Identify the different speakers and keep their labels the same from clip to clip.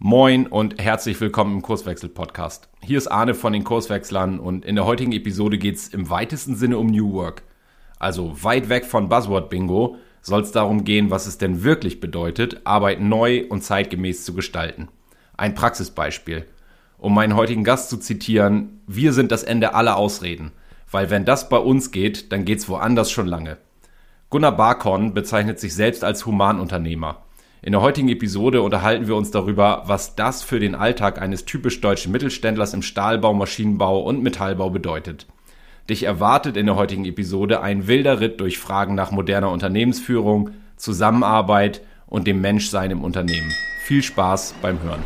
Speaker 1: Moin und herzlich willkommen im Kurswechsel-Podcast. Hier ist Arne von den Kurswechslern und in der heutigen Episode geht es im weitesten Sinne um New Work. Also weit weg von Buzzword-Bingo soll es darum gehen, was es denn wirklich bedeutet, Arbeit neu und zeitgemäß zu gestalten. Ein Praxisbeispiel. Um meinen heutigen Gast zu zitieren, wir sind das Ende aller Ausreden, weil wenn das bei uns geht, dann geht's woanders schon lange. Gunnar Barkhorn bezeichnet sich selbst als Humanunternehmer. In der heutigen Episode unterhalten wir uns darüber, was das für den Alltag eines typisch deutschen Mittelständlers im Stahlbau, Maschinenbau und Metallbau bedeutet. Dich erwartet in der heutigen Episode ein wilder Ritt durch Fragen nach moderner Unternehmensführung, Zusammenarbeit und dem Menschsein im Unternehmen. Viel Spaß beim Hören.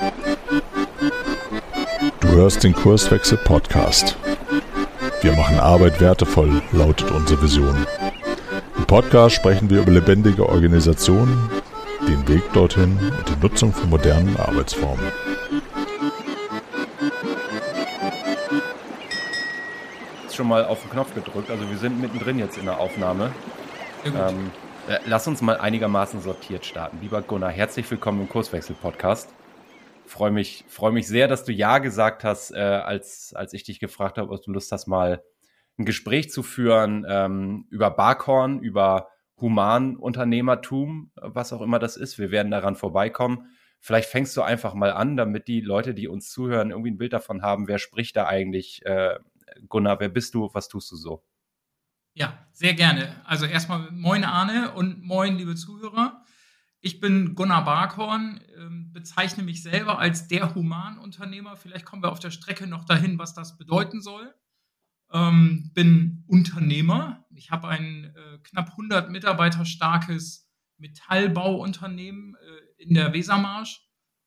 Speaker 2: Du hörst den Kurswechsel-Podcast. Wir machen Arbeit wertevoll, lautet unsere Vision. Im Podcast sprechen wir über lebendige Organisationen, den Weg dorthin und die Nutzung von modernen Arbeitsformen.
Speaker 1: Schon mal auf den Knopf gedrückt, also wir sind mittendrin jetzt in der Aufnahme. Lass uns mal einigermaßen sortiert starten. Lieber Gunnar, herzlich willkommen im Kurswechsel-Podcast. Freue mich sehr, dass du Ja gesagt hast, als ich dich gefragt habe, ob du Lust hast, mal ein Gespräch zu führen über Barkhorn, über Humanunternehmertum, was auch immer das ist. Wir werden daran vorbeikommen. Vielleicht fängst du einfach mal an, damit die Leute, die uns zuhören, irgendwie ein Bild davon haben, wer spricht da eigentlich. Gunnar, wer bist du? Was tust du so?
Speaker 3: Ja, sehr gerne. Also erstmal moin Arne und moin liebe Zuhörer. Ich bin Gunnar Barkhorn, bezeichne mich selber als der Humanunternehmer. Vielleicht kommen wir auf der Strecke noch dahin, was das bedeuten soll. Bin Unternehmer. Ich habe ein knapp 100 Mitarbeiter starkes Metallbauunternehmen in der Wesermarsch.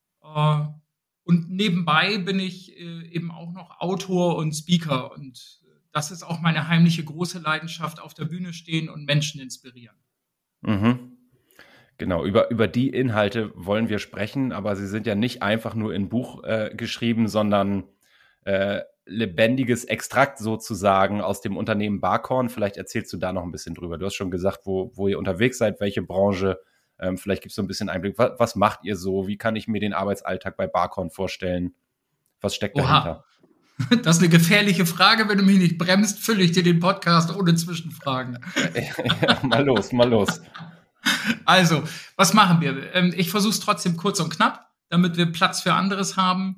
Speaker 3: Und nebenbei bin ich eben auch noch Autor und Speaker. Und das ist auch meine heimliche große Leidenschaft, auf der Bühne stehen und Menschen inspirieren.
Speaker 1: Mhm. Genau, über die Inhalte wollen wir sprechen, aber sie sind ja nicht einfach nur in Buch geschrieben, sondern lebendiges Extrakt sozusagen aus dem Unternehmen Barkhorn. Vielleicht erzählst du da noch ein bisschen drüber. Du hast schon gesagt, wo ihr unterwegs seid, welche Branche. Vielleicht gibst du ein bisschen Einblick. Was macht ihr so? Wie kann ich mir den Arbeitsalltag bei Barkhorn vorstellen? Was steckt dahinter?
Speaker 3: Das ist eine gefährliche Frage. Wenn du mich nicht bremst, fülle ich dir den Podcast ohne Zwischenfragen.
Speaker 1: Ja, mal los.
Speaker 3: Also, was machen wir? Ich versuche es trotzdem kurz und knapp, damit wir Platz für anderes haben.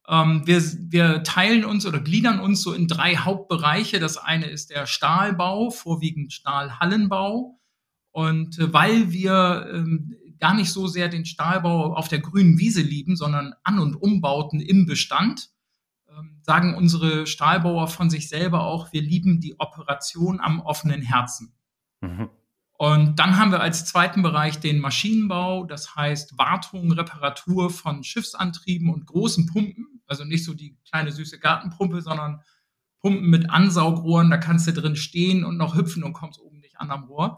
Speaker 3: Wir teilen uns oder gliedern uns so in 3 Hauptbereiche. Das eine ist der Stahlbau, vorwiegend Stahlhallenbau. Und weil wir gar nicht so sehr den Stahlbau auf der grünen Wiese lieben, sondern An- und Umbauten im Bestand, sagen unsere Stahlbauer von sich selber auch, wir lieben die Operation am offenen Herzen. Mhm. Und dann haben wir als zweiten Bereich den Maschinenbau, das heißt Wartung, Reparatur von Schiffsantrieben und großen Pumpen, also nicht so die kleine süße Gartenpumpe, sondern Pumpen mit Ansaugrohren, da kannst du drin stehen und noch hüpfen und kommst oben nicht an am Rohr.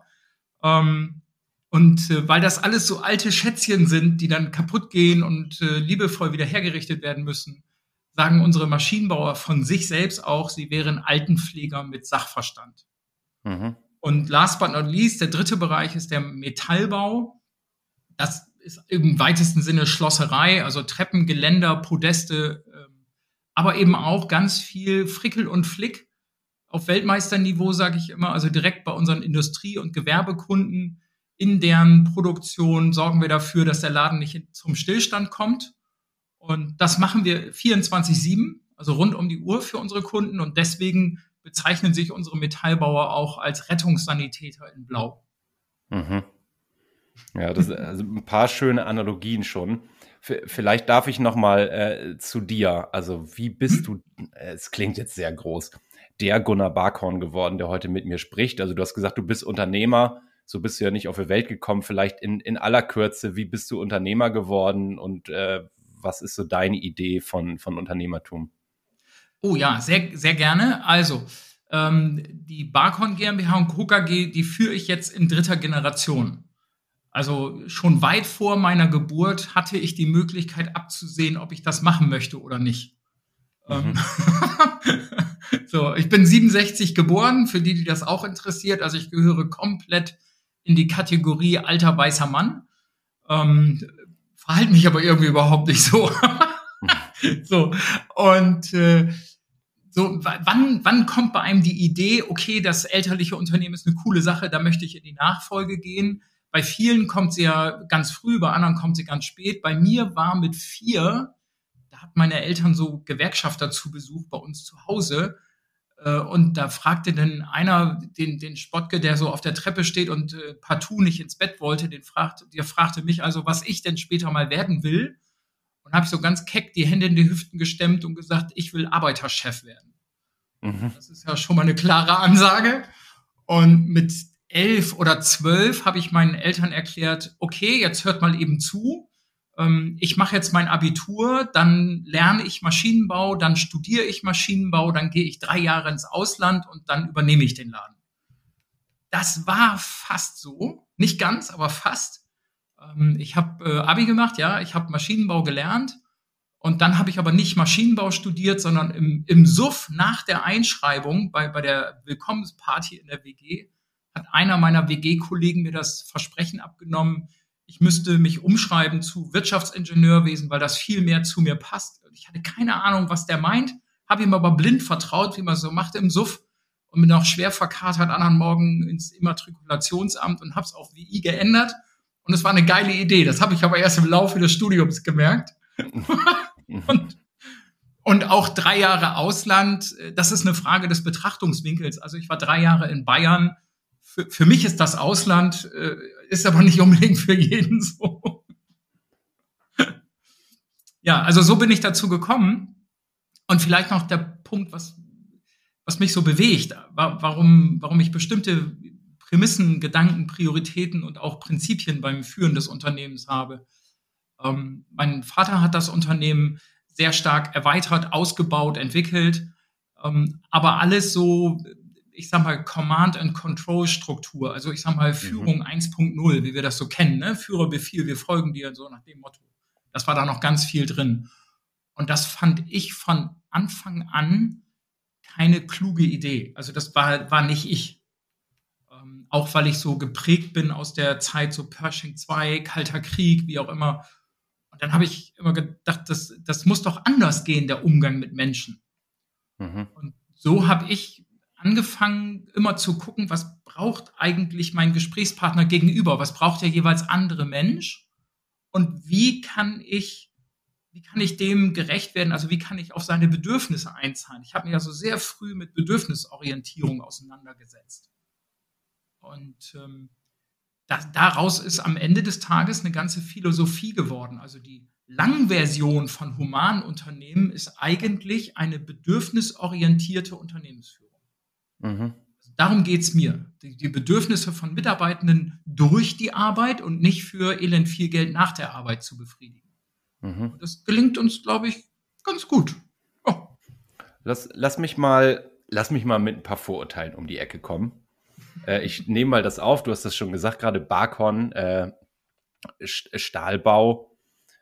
Speaker 3: Weil das alles so alte Schätzchen sind, die dann kaputt gehen und liebevoll wieder hergerichtet werden müssen, sagen unsere Maschinenbauer von sich selbst auch, sie wären Altenpfleger mit Sachverstand. Mhm. Und last but not least, der dritte Bereich ist der Metallbau. Das ist im weitesten Sinne Schlosserei, also Treppen, Geländer, Podeste, aber eben auch ganz viel Frickel und Flick auf Weltmeisterniveau, sage ich immer, also direkt bei unseren Industrie- und Gewerbekunden. In deren Produktion sorgen wir dafür, dass der Laden nicht zum Stillstand kommt. Und das machen wir 24/7, also rund um die Uhr für unsere Kunden. Und deswegen bezeichnen sich unsere Metallbauer auch als Rettungssanitäter in Blau. Mhm.
Speaker 1: Ja, das sind also ein paar schöne Analogien schon. Vielleicht darf ich noch mal zu dir. Also wie bist du, es klingt jetzt sehr groß, der Gunnar Barkhorn geworden, der heute mit mir spricht? Also du hast gesagt, du bist Unternehmer, so bist du ja nicht auf die Welt gekommen. Vielleicht in aller Kürze, wie bist du Unternehmer geworden und was ist so deine Idee von Unternehmertum?
Speaker 3: Oh ja, sehr, sehr gerne. Also, die Barkhorn GmbH und Co. KG, die führe ich jetzt in 3. Generation. Also schon weit vor meiner Geburt hatte ich die Möglichkeit abzusehen, ob ich das machen möchte oder nicht. Mhm. So, ich bin 67 geboren, für die das auch interessiert. Also ich gehöre komplett in die Kategorie alter weißer Mann. verhalte mich aber irgendwie überhaupt nicht so. So, und so, wann kommt bei einem die Idee, okay, das elterliche Unternehmen ist eine coole Sache, da möchte ich in die Nachfolge gehen. Bei vielen kommt sie ja ganz früh, bei anderen kommt sie ganz spät. Bei mir war mit 4, da hat meine Eltern so Gewerkschafter zu Besuch bei uns zu Hause. Und da fragte dann einer den Spottke, der so auf der Treppe steht und partout nicht ins Bett wollte, der fragte mich also, was ich denn später mal werden will. Und habe ich so ganz keck die Hände in die Hüften gestemmt und gesagt, ich will Arbeiterchef werden. Mhm. Das ist ja schon mal eine klare Ansage. Und mit 11 oder 12 habe ich meinen Eltern erklärt, okay, jetzt hört mal eben zu. Ich mache jetzt mein Abitur, dann lerne ich Maschinenbau, dann studiere ich Maschinenbau, dann gehe ich 3 Jahre ins Ausland und dann übernehme ich den Laden. Das war fast so, nicht ganz, aber fast. Ich habe Abi gemacht, ja, ich habe Maschinenbau gelernt und dann habe ich aber nicht Maschinenbau studiert, sondern im Suff nach der Einschreibung bei der Willkommensparty in der WG hat einer meiner WG-Kollegen mir das Versprechen abgenommen, ich müsste mich umschreiben zu Wirtschaftsingenieurwesen, weil das viel mehr zu mir passt. Ich hatte keine Ahnung, was der meint, habe ihm aber blind vertraut, wie man so macht im Suff und bin auch schwer verkatert anderen Morgen ins Immatrikulationsamt und habe es auf WI geändert. Und es war eine geile Idee. Das habe ich aber erst im Laufe des Studiums gemerkt. und auch 3 Jahre Ausland, das ist eine Frage des Betrachtungswinkels. Also ich war 3 Jahre in Bayern. Für mich ist das Ausland, ist aber nicht unbedingt für jeden so. Ja, also so bin ich dazu gekommen. Und vielleicht noch der Punkt, was mich so bewegt, warum ich bestimmte Prämissen, Gedanken, Prioritäten und auch Prinzipien beim Führen des Unternehmens habe. Mein Vater hat das Unternehmen sehr stark erweitert, ausgebaut, entwickelt, aber alles so, ich sag mal, Command-and-Control-Struktur, also ich sag mal Führung 1.0, wie wir das so kennen, ne? Führerbefehl, wir folgen dir, so nach dem Motto. Das war da noch ganz viel drin. Und das fand ich von Anfang an keine kluge Idee. Also das war nicht ich. Auch weil ich so geprägt bin aus der Zeit so Pershing 2, Kalter Krieg, wie auch immer. Und dann habe ich immer gedacht, das muss doch anders gehen, der Umgang mit Menschen. Mhm. Und so habe ich angefangen, immer zu gucken, was braucht eigentlich mein Gesprächspartner gegenüber? Was braucht der jeweils andere Mensch? Und wie kann ich dem gerecht werden? Also wie kann ich auf seine Bedürfnisse einzahlen? Ich habe mich also sehr früh mit Bedürfnisorientierung auseinandergesetzt. Und daraus ist am Ende des Tages eine ganze Philosophie geworden. Also die Langversion von humanen Unternehmen ist eigentlich eine bedürfnisorientierte Unternehmensführung. Mhm. Also darum geht es mir. Die Bedürfnisse von Mitarbeitenden durch die Arbeit und nicht für elend viel Geld nach der Arbeit zu befriedigen. Mhm. Und das gelingt uns, glaube ich, ganz gut. Oh.
Speaker 1: Lass mich mal mit ein paar Vorurteilen um die Ecke kommen. Ich nehme mal das auf, du hast das schon gesagt, gerade Barcon, Stahlbau,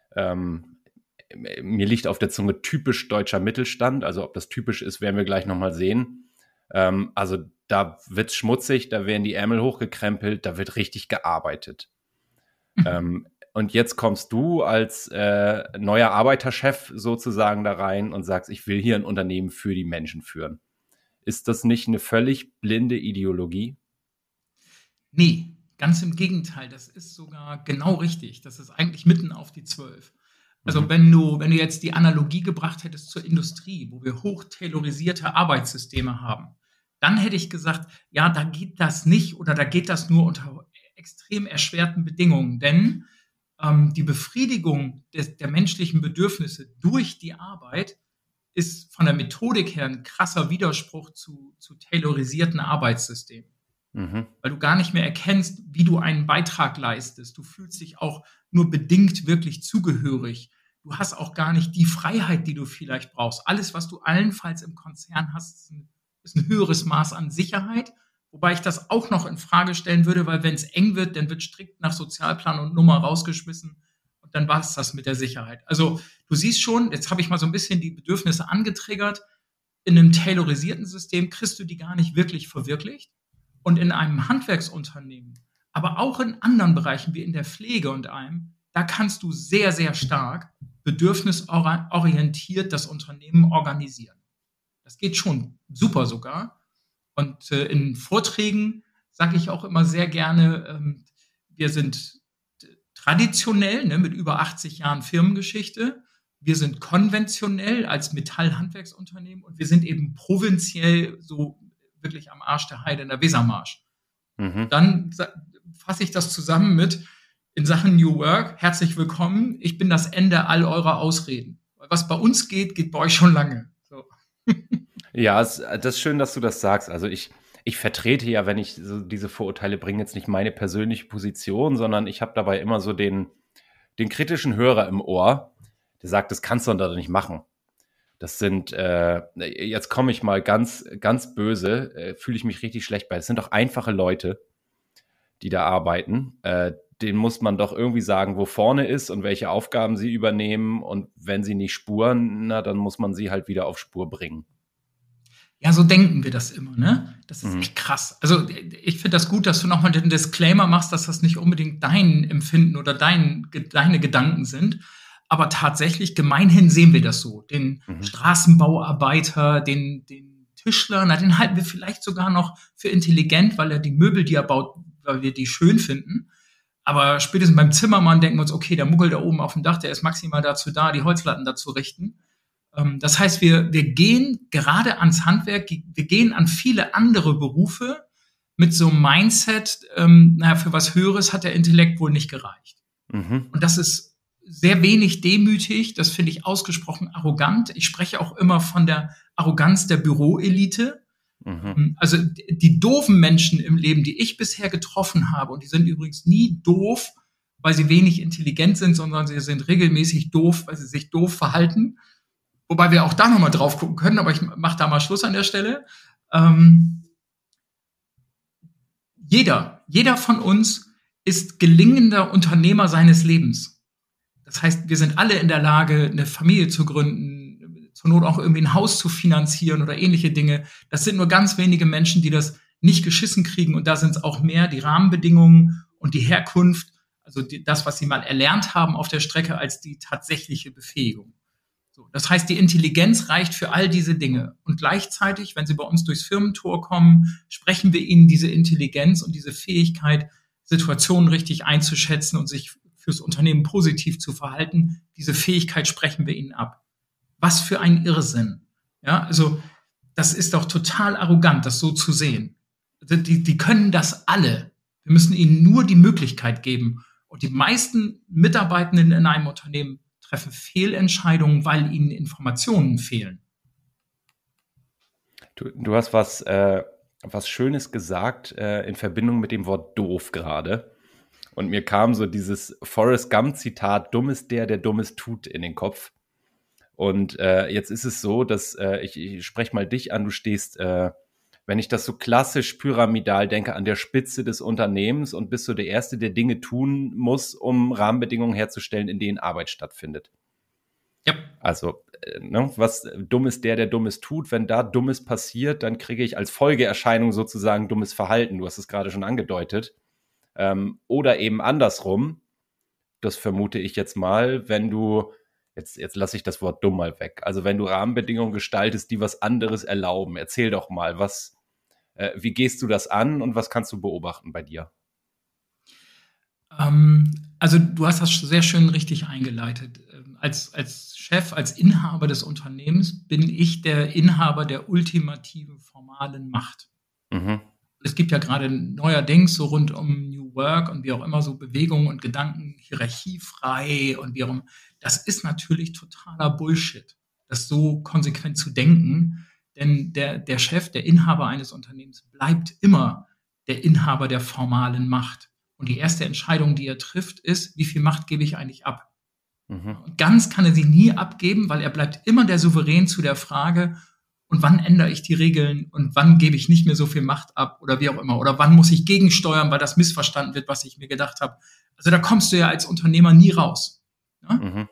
Speaker 1: mir liegt auf der Zunge typisch deutscher Mittelstand, also ob das typisch ist, werden wir gleich nochmal sehen. Also da wird's schmutzig, da werden die Ärmel hochgekrempelt, da wird richtig gearbeitet. Und jetzt kommst du als neuer Arbeiterchef sozusagen da rein und sagst, ich will hier ein Unternehmen für die Menschen führen. Ist das nicht eine völlig blinde Ideologie?
Speaker 3: Nee, ganz im Gegenteil. Das ist sogar genau richtig. Das ist eigentlich mitten auf die 12. Also wenn du jetzt die Analogie gebracht hättest zur Industrie, wo wir hochtailorisierte Arbeitssysteme haben, dann hätte ich gesagt, ja, da geht das nicht oder da geht das nur unter extrem erschwerten Bedingungen. Denn die Befriedigung der menschlichen Bedürfnisse durch die Arbeit ist von der Methodik her ein krasser Widerspruch zu taylorisierten Arbeitssystemen. Mhm. Weil du gar nicht mehr erkennst, wie du einen Beitrag leistest. Du fühlst dich auch nur bedingt wirklich zugehörig. Du hast auch gar nicht die Freiheit, die du vielleicht brauchst. Alles, was du allenfalls im Konzern hast, ist ein höheres Maß an Sicherheit. Wobei ich das auch noch in Frage stellen würde, weil wenn es eng wird, dann wird strikt nach Sozialplan und Nummer rausgeschmissen. Und dann war es das mit der Sicherheit. Also du siehst schon, jetzt habe ich mal so ein bisschen die Bedürfnisse angetriggert. In einem taylorisierten System kriegst du die gar nicht wirklich verwirklicht. Und in einem Handwerksunternehmen, aber auch in anderen Bereichen wie in der Pflege und allem, da kannst du sehr, sehr stark bedürfnisorientiert das Unternehmen organisieren. Das geht schon super sogar. Und in Vorträgen sage ich auch immer sehr gerne, wir sind traditionell, ne, mit über 80 Jahren Firmengeschichte. Wir sind konventionell als Metallhandwerksunternehmen und wir sind eben provinziell so wirklich am Arsch der Heide in der Wesermarsch. Dann fasse ich das zusammen mit in Sachen New Work, herzlich willkommen, ich bin das Ende all eurer Ausreden. Was bei uns geht, geht bei euch schon lange. So.
Speaker 1: Ja, das ist schön, dass du das sagst. Also ich vertrete ja, wenn ich so diese Vorurteile bringe, jetzt nicht meine persönliche Position, sondern ich habe dabei immer so den kritischen Hörer im Ohr, der sagt, das kannst du doch nicht machen. Das sind, jetzt komme ich mal ganz, ganz böse, fühle ich mich richtig schlecht bei. Das sind doch einfache Leute, die da arbeiten. Denen muss man doch irgendwie sagen, wo vorne ist und welche Aufgaben sie übernehmen. Und wenn sie nicht spuren, na, dann muss man sie halt wieder auf Spur bringen.
Speaker 3: Ja, so denken wir das immer, ne? Das ist echt krass. Also ich finde das gut, dass du nochmal den Disclaimer machst, dass das nicht unbedingt dein Empfinden oder deine Gedanken sind. Aber tatsächlich, gemeinhin sehen wir das so. Den Straßenbauarbeiter, den Tischler, den halten wir vielleicht sogar noch für intelligent, weil er die Möbel, die er baut, weil wir die schön finden. Aber spätestens beim Zimmermann denken wir uns, okay, der Muggel da oben auf dem Dach, der ist maximal dazu da, die Holzlatten da zu richten. Das heißt, wir gehen gerade ans Handwerk, wir gehen an viele andere Berufe mit so einem Mindset, für was Höheres hat der Intellekt wohl nicht gereicht. Und das ist sehr wenig demütig, das finde ich ausgesprochen arrogant. Ich spreche auch immer von der Arroganz der Büroelite. Also die doofen Menschen im Leben, die ich bisher getroffen habe, und die sind übrigens nie doof, weil sie wenig intelligent sind, sondern sie sind regelmäßig doof, weil sie sich doof verhalten. Wobei wir auch da nochmal drauf gucken können, aber ich mache da mal Schluss an der Stelle. Jeder von uns ist gelingender Unternehmer seines Lebens. Das heißt, wir sind alle in der Lage, eine Familie zu gründen, zur Not auch irgendwie ein Haus zu finanzieren oder ähnliche Dinge. Das sind nur ganz wenige Menschen, die das nicht geschissen kriegen. Und da sind es auch mehr die Rahmenbedingungen und die Herkunft, also das, was sie mal erlernt haben auf der Strecke, als die tatsächliche Befähigung. So, das heißt, die Intelligenz reicht für all diese Dinge. Und gleichzeitig, wenn sie bei uns durchs Firmentor kommen, sprechen wir ihnen diese Intelligenz und diese Fähigkeit, Situationen richtig einzuschätzen und sich fürs Unternehmen positiv zu verhalten. Diese Fähigkeit sprechen wir ihnen ab. Was für ein Irrsinn. Ja, also das ist doch total arrogant, das so zu sehen. Die können das alle. Wir müssen ihnen nur die Möglichkeit geben. Und die meisten Mitarbeitenden in einem Unternehmen treffen Fehlentscheidungen, weil ihnen Informationen fehlen.
Speaker 1: Du hast was Schönes gesagt in Verbindung mit dem Wort doof gerade. Und mir kam so dieses Forrest Gump-Zitat, dumm ist der Dummes tut, in den Kopf. Und jetzt ist es so, dass ich spreche mal dich an, du stehst, wenn ich das so klassisch pyramidal denke, an der Spitze des Unternehmens und bist so der Erste, der Dinge tun muss, um Rahmenbedingungen herzustellen, in denen Arbeit stattfindet.
Speaker 3: Ja.
Speaker 1: Also, was dumm ist der Dummes tut, wenn da Dummes passiert, dann kriege ich als Folgeerscheinung sozusagen dummes Verhalten, du hast es gerade schon angedeutet. Oder eben andersrum, das vermute ich jetzt mal, wenn du Jetzt lasse ich das Wort dumm mal weg. Also wenn du Rahmenbedingungen gestaltest, die was anderes erlauben, erzähl doch mal, wie gehst du das an und was kannst du beobachten bei dir?
Speaker 3: Also du hast das sehr schön richtig eingeleitet. Als Chef, als Inhaber des Unternehmens bin ich der Inhaber der ultimativen formalen Macht. Es gibt ja gerade neuerdings so rund um New Work und wie auch immer so Bewegungen und Gedanken hierarchiefrei und wie auch immer. Das ist natürlich totaler Bullshit, das so konsequent zu denken. Denn der Chef, der Inhaber eines Unternehmens bleibt immer der Inhaber der formalen Macht. Und die erste Entscheidung, die er trifft, ist, wie viel Macht gebe ich eigentlich ab? Und ganz kann er sie nie abgeben, weil er bleibt immer der Souverän zu der Frage, und wann ändere ich die Regeln und wann gebe ich nicht mehr so viel Macht ab oder wie auch immer. Oder wann muss ich gegensteuern, weil das missverstanden wird, was ich mir gedacht habe. Also da kommst du ja als Unternehmer nie raus. Ja?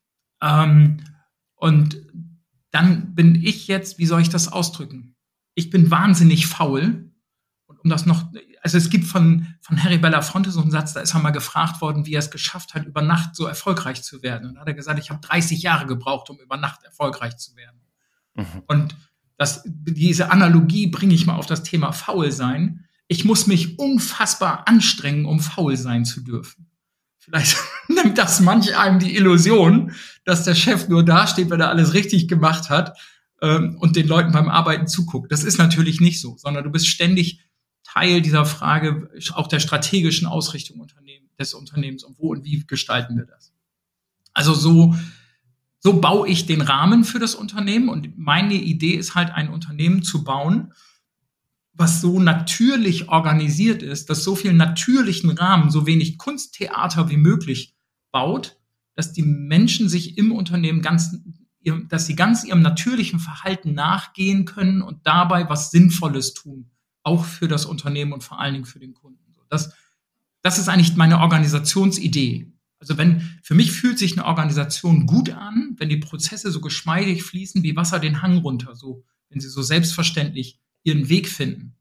Speaker 3: Und dann bin ich jetzt, wie soll ich das ausdrücken? Ich bin wahnsinnig faul. Und um das noch also es gibt von Harry Belafonte so einen Satz, da ist er mal gefragt worden, wie er es geschafft hat, über Nacht so erfolgreich zu werden. Und da hat er gesagt, ich habe 30 Jahre gebraucht, um über Nacht erfolgreich zu werden. Und diese Analogie bringe ich mal auf das Thema Faulsein. Ich muss mich unfassbar anstrengen, um faul sein zu dürfen. Vielleicht nimmt das manch einem die Illusion, dass der Chef nur dasteht, wenn er alles richtig gemacht hat und den Leuten beim Arbeiten zuguckt. Das ist natürlich nicht so, sondern du bist ständig Teil dieser Frage, auch der strategischen Ausrichtung des Unternehmens und wo und wie gestalten wir das. Also so baue ich den Rahmen für das Unternehmen und meine Idee ist halt, ein Unternehmen zu bauen, was so natürlich organisiert ist, dass so viel natürlichen Rahmen, so wenig Kunsttheater wie möglich baut, dass die Menschen sich im Unternehmen dass sie ganz ihrem natürlichen Verhalten nachgehen können und dabei was Sinnvolles tun, auch für das Unternehmen und vor allen Dingen für den Kunden. Das ist eigentlich meine Organisationsidee. Also für mich fühlt sich eine Organisation gut an, wenn die Prozesse so geschmeidig fließen wie Wasser den Hang runter, wenn sie so selbstverständlich ihren Weg finden.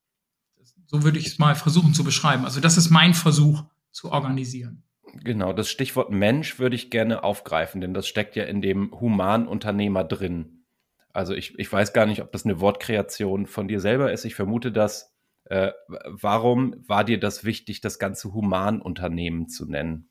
Speaker 3: So würde ich es mal versuchen zu beschreiben. Also das ist mein Versuch zu organisieren.
Speaker 1: Genau, das Stichwort Mensch würde ich gerne aufgreifen, denn das steckt ja in dem Humanunternehmer drin. Also ich weiß gar nicht, ob das eine Wortkreation von dir selber ist. Ich vermute das. Warum war dir das wichtig, das ganze Humanunternehmen zu nennen?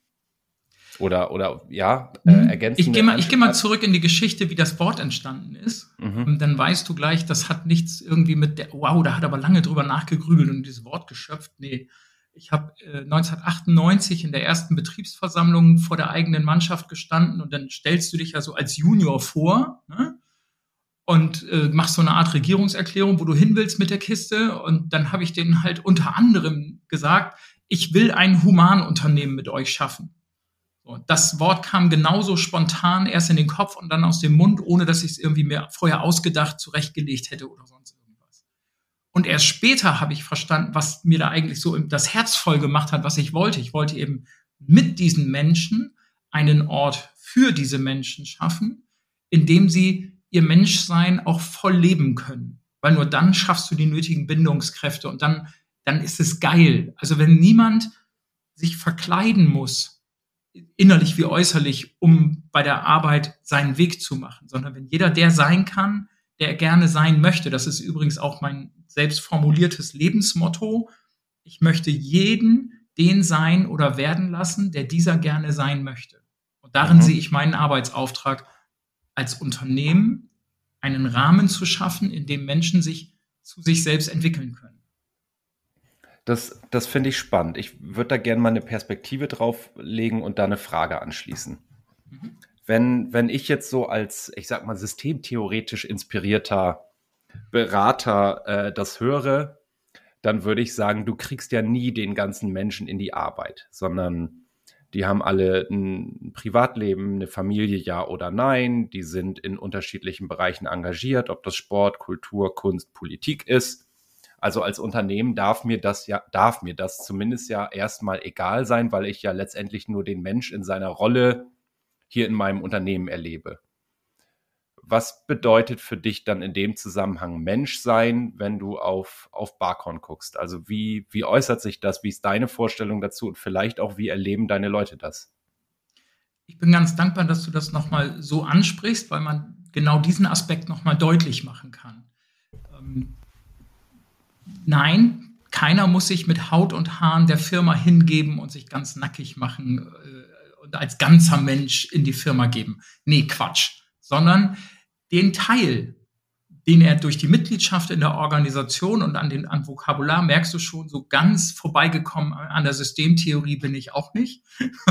Speaker 1: Oder ergänzen.
Speaker 3: Ich geh mal zurück in die Geschichte, wie das Wort entstanden ist. Dann weißt du gleich, das hat nichts irgendwie da hat aber lange drüber nachgegrübelt und dieses Wort geschöpft. Nee, ich habe 1998 in der ersten Betriebsversammlung vor der eigenen Mannschaft gestanden und dann stellst du dich ja so als Junior vor, ne? Und machst so eine Art Regierungserklärung, wo du hin willst mit der Kiste. Und dann habe ich denen halt unter anderem gesagt, ich will ein Humanunternehmen mit euch schaffen. Und das Wort kam genauso spontan erst in den Kopf und dann aus dem Mund, ohne dass ich es irgendwie mir vorher ausgedacht, zurechtgelegt hätte oder sonst irgendwas. Und erst später habe ich verstanden, was mir da eigentlich so das Herz voll gemacht hat, was ich wollte. Ich wollte eben mit diesen Menschen einen Ort für diese Menschen schaffen, in dem sie ihr Menschsein auch voll leben können. Weil nur dann schaffst du die nötigen Bindungskräfte und dann ist es geil. Also wenn niemand sich verkleiden muss, innerlich wie äußerlich, um bei der Arbeit seinen Weg zu machen, sondern wenn jeder der sein kann, der er gerne sein möchte. Das ist übrigens auch mein selbst formuliertes Lebensmotto. Ich möchte jeden den sein oder werden lassen, der dieser gerne sein möchte. Und darin sehe ich meinen Arbeitsauftrag, als Unternehmen einen Rahmen zu schaffen, in dem Menschen sich zu sich selbst entwickeln können.
Speaker 1: Das finde ich spannend. Ich würde da gerne mal eine Perspektive drauf legen und da eine Frage anschließen. Wenn ich jetzt so als, ich sag mal, systemtheoretisch inspirierter Berater das höre, dann würde ich sagen, du kriegst ja nie den ganzen Menschen in die Arbeit, sondern die haben alle ein Privatleben, eine Familie, ja oder nein. Die sind in unterschiedlichen Bereichen engagiert, ob das Sport, Kultur, Kunst, Politik ist. Also als Unternehmen darf mir das zumindest ja erstmal egal sein, weil ich ja letztendlich nur den Mensch in seiner Rolle hier in meinem Unternehmen erlebe. Was bedeutet für dich dann in dem Zusammenhang Mensch sein, wenn du auf Barkhorn guckst? Also wie äußert sich das? Wie ist deine Vorstellung dazu? Und vielleicht auch, wie erleben deine Leute das?
Speaker 3: Ich bin ganz dankbar, dass du das nochmal so ansprichst, weil man genau diesen Aspekt nochmal deutlich machen kann. Nein, keiner muss sich mit Haut und Haaren der Firma hingeben und sich ganz nackig machen und als ganzer Mensch in die Firma geben. Nee, Quatsch. Sondern den Teil, den er durch die Mitgliedschaft in der Organisation und an Vokabular, merkst du schon, so ganz vorbeigekommen an der Systemtheorie bin ich auch nicht.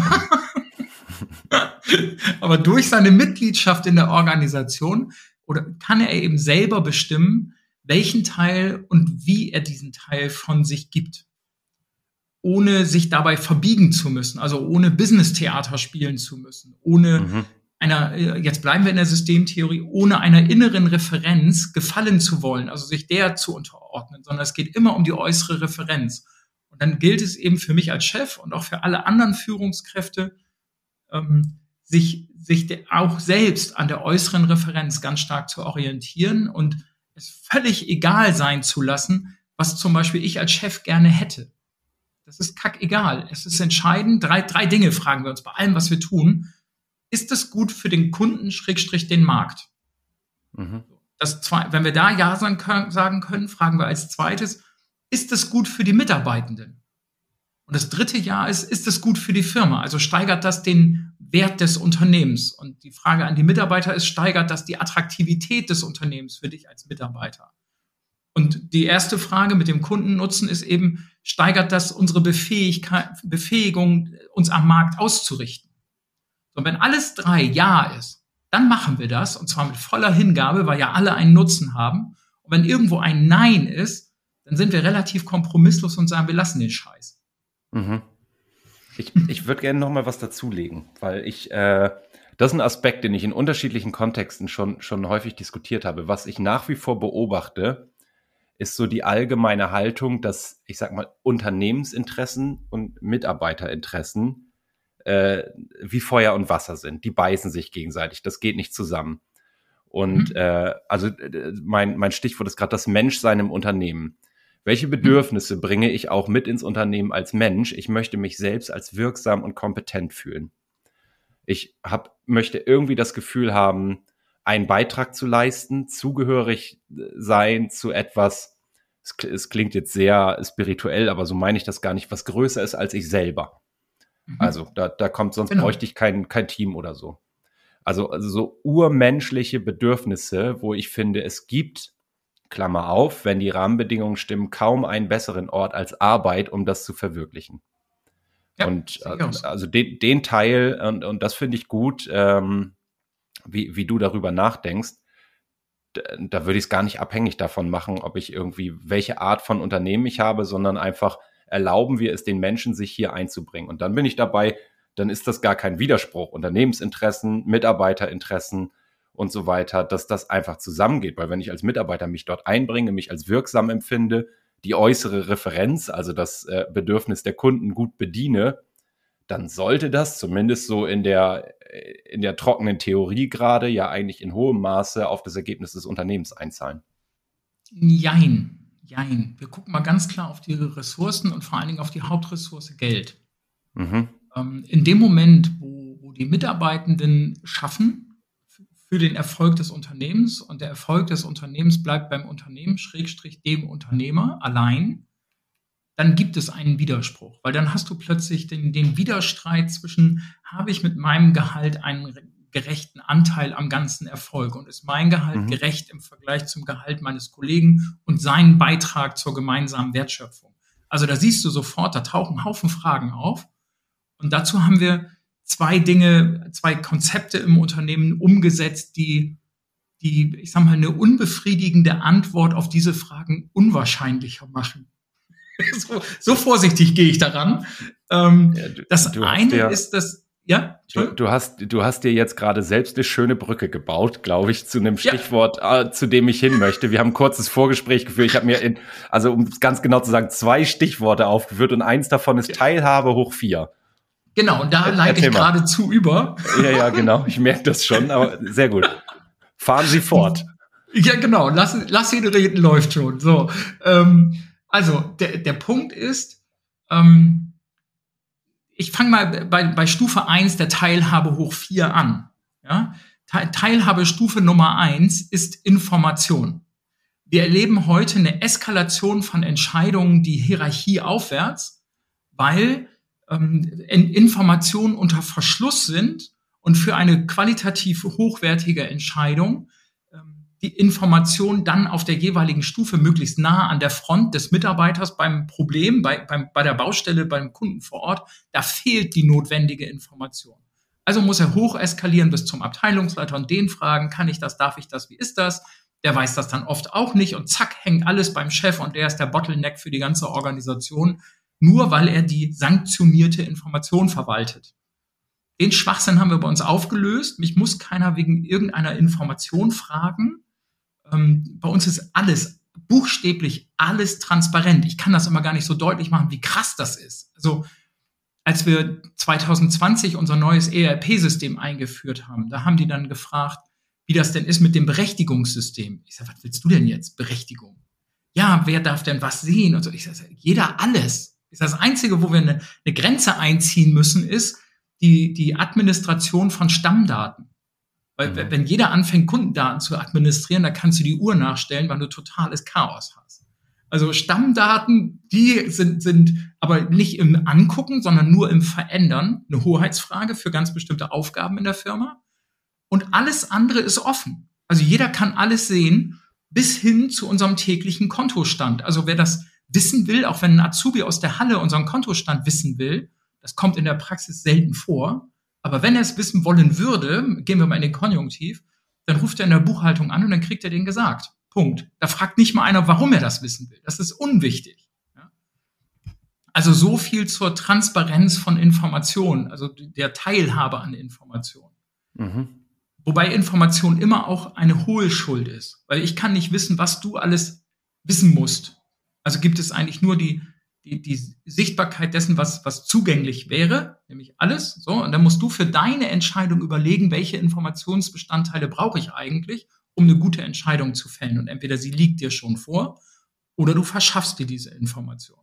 Speaker 3: Aber durch seine Mitgliedschaft in der Organisation kann er eben selber bestimmen, welchen Teil und wie er diesen Teil von sich gibt. Ohne sich dabei verbiegen zu müssen, also ohne Business-Theater spielen zu müssen, ohne jetzt bleiben wir in der Systemtheorie, ohne einer inneren Referenz gefallen zu wollen, also sich der zu unterordnen, sondern es geht immer um die äußere Referenz. Und dann gilt es eben für mich als Chef und auch für alle anderen Führungskräfte, sich auch selbst an der äußeren Referenz ganz stark zu orientieren und es völlig egal sein zu lassen, was zum Beispiel ich als Chef gerne hätte. Das ist kackegal. Es ist entscheidend. Drei Dinge fragen wir uns bei allem, was wir tun. Ist es gut für den Kunden, / den Markt? Mhm. Wenn wir da Ja sagen können, fragen wir als zweites, ist es gut für die Mitarbeitenden? Und das dritte Ja ist es gut für die Firma? Also steigert das den Wert des Unternehmens? Und die Frage an die Mitarbeiter ist, steigert das die Attraktivität des Unternehmens für dich als Mitarbeiter? Und die erste Frage mit dem Kundennutzen ist eben, steigert das unsere Befähigung, uns am Markt auszurichten? Und wenn alles 3 Ja ist, dann machen wir das, und zwar mit voller Hingabe, weil ja alle einen Nutzen haben. Und wenn irgendwo ein Nein ist, dann sind wir relativ kompromisslos und sagen, wir lassen den Scheiß.
Speaker 1: Mhm. Ich würde gerne noch mal was dazulegen, weil das ist ein Aspekt, den ich in unterschiedlichen Kontexten schon häufig diskutiert habe. Was ich nach wie vor beobachte, ist so die allgemeine Haltung, dass, ich sag mal, Unternehmensinteressen und Mitarbeiterinteressen wie Feuer und Wasser sind. Die beißen sich gegenseitig. Das geht nicht zusammen. Und mein Stichwort ist gerade das Menschsein im Unternehmen. Welche Bedürfnisse bringe ich auch mit ins Unternehmen als Mensch? Ich möchte mich selbst als wirksam und kompetent fühlen. Ich möchte irgendwie das Gefühl haben, einen Beitrag zu leisten, zugehörig sein zu etwas, es klingt jetzt sehr spirituell, aber so meine ich das gar nicht, was größer ist als ich selber. Also da kommt, sonst bräuchte ich kein Team oder so. Also so urmenschliche Bedürfnisse, wo ich finde, es gibt, Klammer auf, wenn die Rahmenbedingungen stimmen, kaum einen besseren Ort als Arbeit, um das zu verwirklichen. Ja, und also den Teil, und das finde ich gut, wie du darüber nachdenkst, da würde ich es gar nicht abhängig davon machen, ob ich irgendwie, welche Art von Unternehmen ich habe, sondern einfach erlauben wir es den Menschen, sich hier einzubringen. Und dann bin ich dabei, dann ist das gar kein Widerspruch. Unternehmensinteressen, Mitarbeiterinteressen und so weiter, dass das einfach zusammengeht. Weil wenn ich als Mitarbeiter mich dort einbringe, mich als wirksam empfinde, die äußere Referenz, also das Bedürfnis der Kunden gut bediene, dann sollte das zumindest so in der trockenen Theorie gerade ja eigentlich in hohem Maße auf das Ergebnis des Unternehmens einzahlen.
Speaker 3: Jein. Wir gucken mal ganz klar auf die Ressourcen und vor allen Dingen auf die Hauptressource Geld. Mhm. In dem Moment, wo die Mitarbeitenden schaffen für den Erfolg des Unternehmens und der Erfolg des Unternehmens bleibt beim Unternehmen / dem Unternehmer allein, dann gibt es einen Widerspruch, weil dann hast du plötzlich den Widerstreit zwischen, habe ich mit meinem Gehalt einen gerechten Anteil am ganzen Erfolg und ist mein Gehalt gerecht im Vergleich zum Gehalt meines Kollegen und seinen Beitrag zur gemeinsamen Wertschöpfung. Also da siehst du sofort, da tauchen Haufen Fragen auf und dazu haben wir 2 Konzepte im Unternehmen umgesetzt, die ich sag mal, eine unbefriedigende Antwort auf diese Fragen unwahrscheinlicher machen. So vorsichtig gehe ich daran. Das eine ist das, ja?
Speaker 1: Du hast dir jetzt gerade selbst eine schöne Brücke gebaut, glaube ich, zu einem Stichwort, zu dem ich hin möchte. Wir haben ein kurzes Vorgespräch geführt. Ich habe mir um es ganz genau zu sagen, 2 Stichworte aufgeführt und eins davon ist Teilhabe hoch 4.
Speaker 3: Genau, und da leite ich geradezu über.
Speaker 1: Ja, genau. Ich merke das schon, aber sehr gut. Fahren Sie fort.
Speaker 3: Ja, genau. Lass ihn reden, läuft schon. So, also der Punkt ist, ich fange mal bei Stufe 1 der Teilhabe hoch 4 an. Ja? Teilhabestufe Nummer 1 ist Information. Wir erleben heute eine Eskalation von Entscheidungen, die Hierarchie aufwärts, weil Informationen unter Verschluss sind und für eine qualitativ hochwertige Entscheidung die Information dann auf der jeweiligen Stufe möglichst nah an der Front des Mitarbeiters beim Problem, bei der Baustelle, beim Kunden vor Ort, da fehlt die notwendige Information. Also muss er hoch eskalieren bis zum Abteilungsleiter und den fragen, kann ich das, darf ich das, wie ist das? Der weiß das dann oft auch nicht und zack, hängt alles beim Chef und der ist der Bottleneck für die ganze Organisation, nur weil er die sanktionierte Information verwaltet. Den Schwachsinn haben wir bei uns aufgelöst. Mich muss keiner wegen irgendeiner Information fragen. Bei uns ist buchstäblich alles transparent. Ich kann das immer gar nicht so deutlich machen, wie krass das ist. Also, als wir 2020 unser neues ERP-System eingeführt haben, da haben die dann gefragt, wie das denn ist mit dem Berechtigungssystem. Ich sage, was willst du denn jetzt? Berechtigung? ja, wer darf denn was sehen? Und so. Ich sage, jeder alles. Das Einzige, wo wir eine Grenze einziehen müssen, ist die Administration von Stammdaten. Weil wenn jeder anfängt, Kundendaten zu administrieren, dann kannst du die Uhr nachstellen, weil du totales Chaos hast. Also Stammdaten, die sind aber nicht im Angucken, sondern nur im Verändern. Eine Hoheitsfrage für ganz bestimmte Aufgaben in der Firma. Und alles andere ist offen. Also jeder kann alles sehen, bis hin zu unserem täglichen Kontostand. Also wer das wissen will, auch wenn ein Azubi aus der Halle unseren Kontostand wissen will, das kommt in der Praxis selten vor. Aber wenn er es wissen wollen würde, gehen wir mal in den Konjunktiv, dann ruft er in der Buchhaltung an und dann kriegt er den gesagt. Punkt. Da fragt nicht mal einer, warum er das wissen will. Das ist unwichtig. Ja? Also so viel zur Transparenz von Informationen, also der Teilhabe an Informationen. Mhm. Wobei Information immer auch eine Hohlschuld ist. Weil ich kann nicht wissen, was du alles wissen musst. Also gibt es eigentlich nur die Sichtbarkeit dessen, was zugänglich wäre, nämlich alles. So, und dann musst du für deine Entscheidung überlegen, welche Informationsbestandteile brauche ich eigentlich, um eine gute Entscheidung zu fällen. Und entweder sie liegt dir schon vor oder du verschaffst dir diese Information.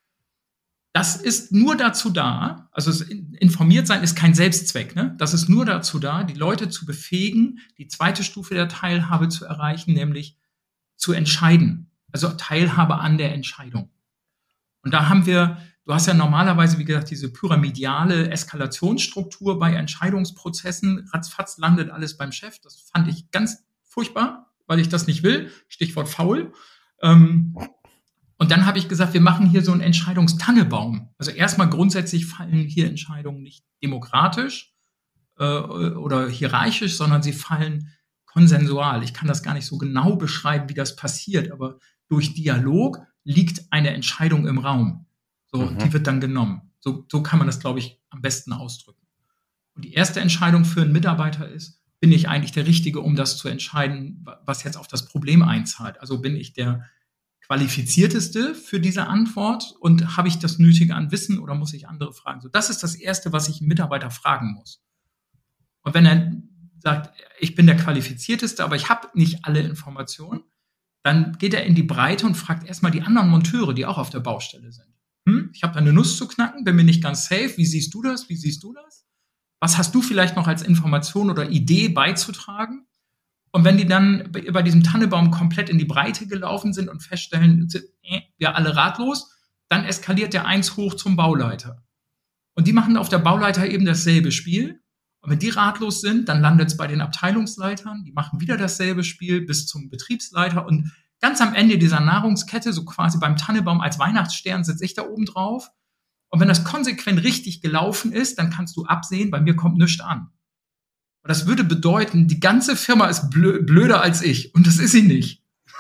Speaker 3: Das ist nur dazu da, also informiert sein ist kein Selbstzweck, ne? Das ist nur dazu da, die Leute zu befähigen, die zweite Stufe der Teilhabe zu erreichen, nämlich zu entscheiden. Also Teilhabe an der Entscheidung. Und da haben wir, du hast ja normalerweise, wie gesagt, diese pyramidale Eskalationsstruktur bei Entscheidungsprozessen. Ratzfatz landet alles beim Chef. Das fand ich ganz furchtbar, weil ich das nicht will. Stichwort faul. Und dann habe ich gesagt, wir machen hier so einen Entscheidungstannebaum. Also erstmal grundsätzlich fallen hier Entscheidungen nicht demokratisch oder hierarchisch, sondern sie fallen konsensual. Ich kann das gar nicht so genau beschreiben, wie das passiert, aber durch Dialog liegt eine Entscheidung im Raum. So, die wird dann genommen. So kann man das, glaube ich, am besten ausdrücken. Und die erste Entscheidung für einen Mitarbeiter ist, bin ich eigentlich der Richtige, um das zu entscheiden, was jetzt auf das Problem einzahlt? Also bin ich der Qualifizierteste für diese Antwort und habe ich das Nötige an Wissen oder muss ich andere fragen? So, das ist das Erste, was ich einen Mitarbeiter fragen muss. Und wenn er sagt, ich bin der Qualifizierteste, aber ich habe nicht alle Informationen, dann geht er in die Breite und fragt erstmal die anderen Monteure, die auch auf der Baustelle sind. Ich habe da eine Nuss zu knacken, bin mir nicht ganz safe. Wie siehst du das? Wie siehst du das? Was hast du vielleicht noch als Information oder Idee beizutragen? Und wenn die dann bei diesem Tannebaum komplett in die Breite gelaufen sind und feststellen, wir alle ratlos, dann eskaliert der 1 hoch zum Bauleiter. Und die machen auf der Bauleiter eben dasselbe Spiel. Und wenn die ratlos sind, dann landet es bei den Abteilungsleitern. Die machen wieder dasselbe Spiel bis zum Betriebsleiter. Und ganz am Ende dieser Nahrungskette, so quasi beim Tannebaum als Weihnachtsstern, sitze ich da oben drauf. Und wenn das konsequent richtig gelaufen ist, dann kannst du absehen, bei mir kommt nichts an. Und das würde bedeuten, die ganze Firma ist blöder als ich. Und das ist sie nicht.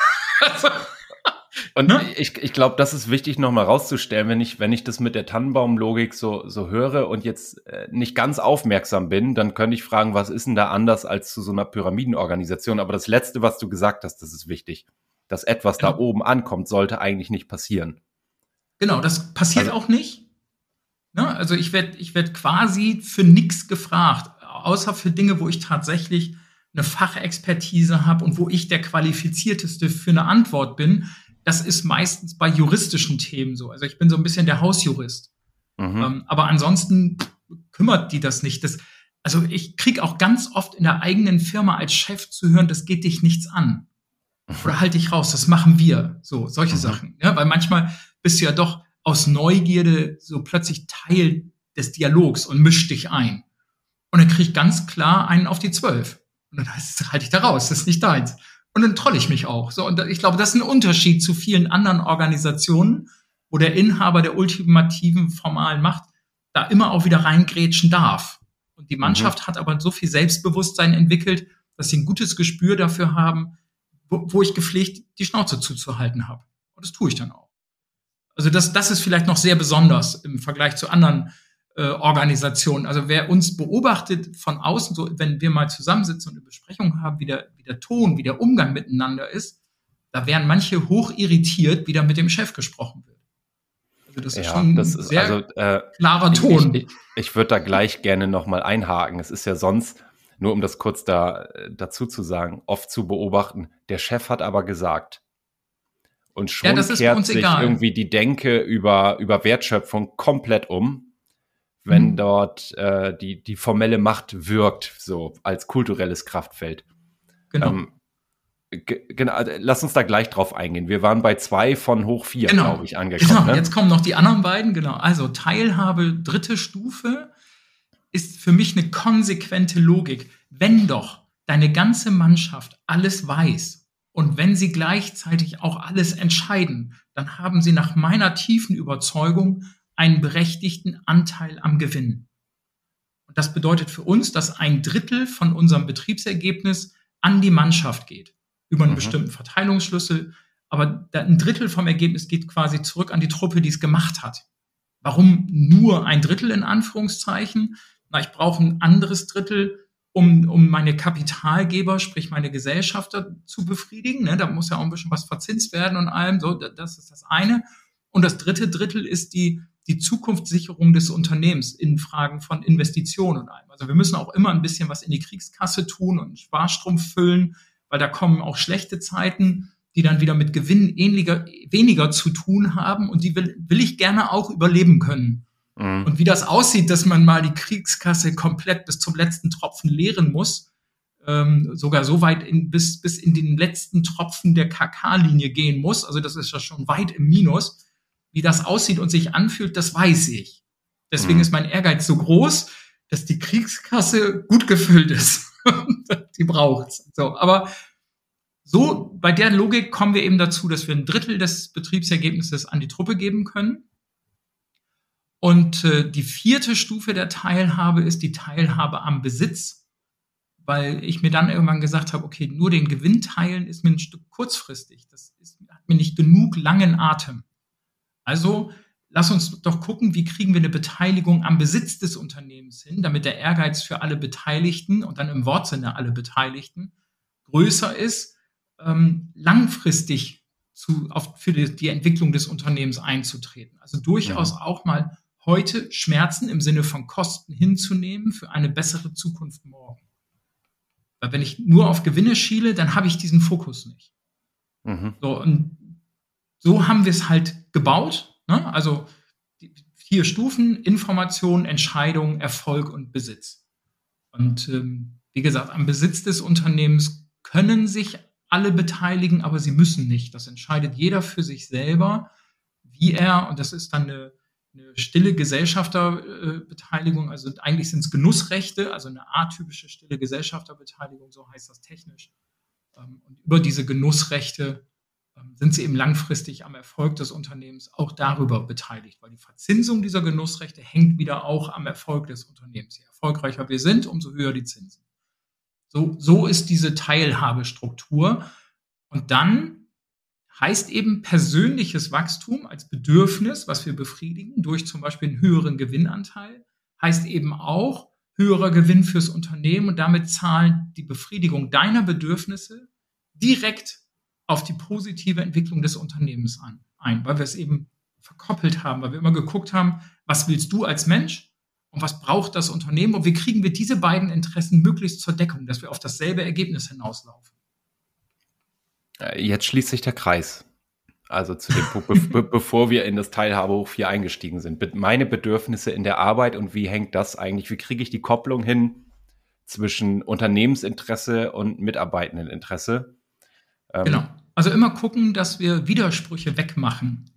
Speaker 1: Und ne? Ich glaube, das ist wichtig nochmal rauszustellen, wenn ich das mit der Tannenbaum-Logik so höre und jetzt nicht ganz aufmerksam bin, dann könnte ich fragen, was ist denn da anders als zu so einer Pyramidenorganisation? Aber das Letzte, was du gesagt hast, das ist wichtig. Dass etwas da oben ankommt, sollte eigentlich nicht passieren.
Speaker 3: Genau, das passiert auch nicht. Ne? Also ich werd quasi für nichts gefragt, außer für Dinge, wo ich tatsächlich eine Fachexpertise habe und wo ich der Qualifizierteste für eine Antwort bin. Das ist meistens bei juristischen Themen so. Also ich bin so ein bisschen der Hausjurist. Aber ansonsten kümmert die das nicht. Also ich kriege auch ganz oft in der eigenen Firma als Chef zu hören, das geht dich nichts an. Oder halt dich raus, das machen wir. So, solche Sachen. Ja, weil manchmal bist du ja doch aus Neugierde so plötzlich Teil des Dialogs und misch dich ein. Und dann krieg ich ganz klar einen auf die 12. Und dann heißt es, halt dich da raus, das ist nicht deins. Und dann trolle ich mich auch. So, und ich glaube, das ist ein Unterschied zu vielen anderen Organisationen, wo der Inhaber der ultimativen formalen Macht da immer auch wieder reingrätschen darf. Und die Mannschaft hat aber so viel Selbstbewusstsein entwickelt, dass sie ein gutes Gespür dafür haben, wo ich gepflegt die Schnauze zuzuhalten habe. Und das tue ich dann auch. Also das ist vielleicht noch sehr besonders im Vergleich zu anderen Organisationen. Also wer uns beobachtet von außen, so wenn wir mal zusammensitzen und eine Besprechung haben, wie der Ton, wie der Umgang miteinander ist, da wären manche hoch irritiert, wie da mit dem Chef gesprochen wird. Also das ist schon ein sehr klarer Ton.
Speaker 1: Ich würde da gleich gerne nochmal einhaken. Es ist ja sonst, nur um das kurz dazu zu sagen, oft zu beobachten, der Chef hat aber gesagt. Und schon kehrt sich irgendwie die Denke über Wertschöpfung komplett um, wenn dort die formelle Macht wirkt, so als kulturelles Kraftfeld.
Speaker 3: Genau.
Speaker 1: Lass uns da gleich drauf eingehen. Wir waren bei 2 von hoch 4, glaube ich, angekommen.
Speaker 3: Genau,
Speaker 1: ne?
Speaker 3: Jetzt kommen noch die anderen beiden. Genau. Also Teilhabe, 3. Stufe, ist für mich eine konsequente Logik. Wenn doch deine ganze Mannschaft alles weiß und wenn sie gleichzeitig auch alles entscheiden, dann haben sie nach meiner tiefen Überzeugung einen berechtigten Anteil am Gewinn. Und das bedeutet für uns, dass 1/3 von unserem Betriebsergebnis an die Mannschaft geht. Über einen bestimmten Verteilungsschlüssel. Aber 1/3 vom Ergebnis geht quasi zurück an die Truppe, die es gemacht hat. Warum nur 1/3 in Anführungszeichen? Na, ich brauche ein anderes Drittel, um meine Kapitalgeber, sprich meine Gesellschafter zu befriedigen. Ne? Da muss ja auch ein bisschen was verzinst werden und allem. So, das ist das eine. Und das 3. Drittel ist die Zukunftssicherung des Unternehmens in Fragen von Investitionen und allem. Also wir müssen auch immer ein bisschen was in die Kriegskasse tun und einen Sparstrumpf füllen, weil da kommen auch schlechte Zeiten, die dann wieder mit Gewinn weniger zu tun haben und die will ich gerne auch überleben können. Und wie das aussieht, dass man mal die Kriegskasse komplett bis zum letzten Tropfen leeren muss, sogar so weit bis in den letzten Tropfen der KK-Linie gehen muss, also das ist ja schon weit im Minus, wie das aussieht und sich anfühlt, das weiß ich. Deswegen ist mein Ehrgeiz so groß, dass die Kriegskasse gut gefüllt ist. Die braucht's. So, aber so bei der Logik kommen wir eben dazu, dass wir 1/3 des Betriebsergebnisses an die Truppe geben können. Und die 4. Stufe der Teilhabe ist die Teilhabe am Besitz, weil ich mir dann irgendwann gesagt habe, okay, nur den Gewinn teilen ist mir ein Stück kurzfristig. Hat mir nicht genug langen Atem. Also lass uns doch gucken, wie kriegen wir eine Beteiligung am Besitz des Unternehmens hin, damit der Ehrgeiz für alle Beteiligten und dann im Wortsinne alle Beteiligten größer ist, langfristig für die Entwicklung des Unternehmens einzutreten. Also durchaus auch mal heute Schmerzen im Sinne von Kosten hinzunehmen für eine bessere Zukunft morgen. Weil wenn ich nur auf Gewinne schiele, dann habe ich diesen Fokus nicht. So, und so haben wir es halt gebaut. Ne? Also die 4 Stufen: Information, Entscheidung, Erfolg und Besitz. Und wie gesagt, am Besitz des Unternehmens können sich alle beteiligen, aber sie müssen nicht. Das entscheidet jeder für sich selber, wie er, und das ist dann eine stille Gesellschafterbeteiligung, also eigentlich sind es Genussrechte, also eine atypische stille Gesellschafterbeteiligung, so heißt das technisch. Und über diese Genussrechte sind sie eben langfristig am Erfolg des Unternehmens auch darüber beteiligt, weil die Verzinsung dieser Genussrechte hängt wieder auch am Erfolg des Unternehmens. Je erfolgreicher wir sind, umso höher die Zinsen. So ist diese Teilhabestruktur. Und dann heißt eben persönliches Wachstum als Bedürfnis, was wir befriedigen durch zum Beispiel einen höheren Gewinnanteil, heißt eben auch höherer Gewinn fürs Unternehmen und damit zahlen die Befriedigung deiner Bedürfnisse direkt auf die positive Entwicklung des Unternehmens ein, weil wir es eben verkoppelt haben, weil wir immer geguckt haben, was willst du als Mensch und was braucht das Unternehmen und wie kriegen wir diese beiden Interessen möglichst zur Deckung, dass wir auf dasselbe Ergebnis hinauslaufen.
Speaker 1: Jetzt schließt sich der Kreis. Also zu dem Punkt, bevor wir in das Teilhabe hoch 4 eingestiegen sind. Meine Bedürfnisse in der Arbeit und wie hängt das eigentlich, wie kriege ich die Kopplung hin zwischen Unternehmensinteresse und Mitarbeitendeninteresse?
Speaker 3: Genau. Also immer gucken, dass wir Widersprüche wegmachen.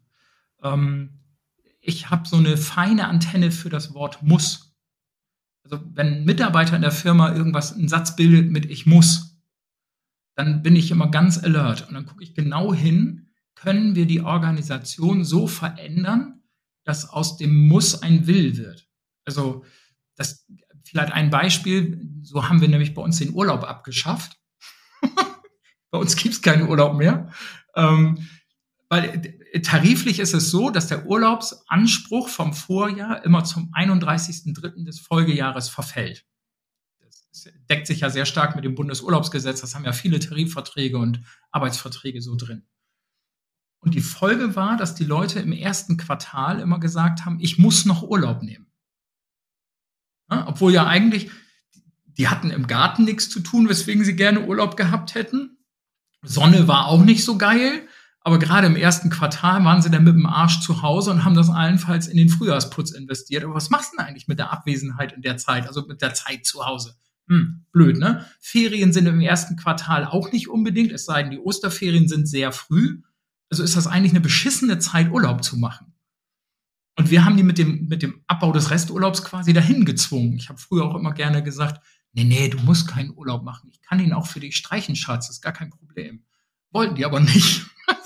Speaker 3: Ich habe so eine feine Antenne für das Wort muss. Also wenn ein Mitarbeiter in der Firma einen Satz bildet mit ich muss, dann bin ich immer ganz alert. Und dann gucke ich genau hin, können wir die Organisation so verändern, dass aus dem Muss ein Will wird. Also das vielleicht ein Beispiel, so haben wir nämlich bei uns den Urlaub abgeschafft. Bei uns gibt es keinen Urlaub mehr. Weil tariflich ist es so, dass der Urlaubsanspruch vom Vorjahr immer zum 31.03. des Folgejahres verfällt. Das deckt sich ja sehr stark mit dem Bundesurlaubsgesetz. Das haben ja viele Tarifverträge und Arbeitsverträge so drin. Und die Folge war, dass die Leute im ersten Quartal immer gesagt haben, ich muss noch Urlaub nehmen. Ja, obwohl ja eigentlich, die hatten im Garten nichts zu tun, weswegen sie gerne Urlaub gehabt hätten. Sonne war auch nicht so geil, Aber gerade im ersten Quartal waren sie dann mit dem Arsch zu Hause und haben das allenfalls in den Frühjahrsputz investiert. Aber was machst du denn eigentlich mit der Abwesenheit in der Zeit, also mit der Zeit zu Hause? Blöd, ne? Ferien sind im ersten Quartal auch nicht unbedingt, es sei denn, die Osterferien sind sehr früh. Also ist das eigentlich eine beschissene Zeit, Urlaub zu machen. Und wir haben die mit dem Abbau des Resturlaubs quasi dahin gezwungen. Ich habe früher auch immer gerne gesagt, nee, du musst keinen Urlaub machen. Ich kann ihn auch für dich streichen, Schatz, das ist gar kein Problem. Wollten die aber nicht.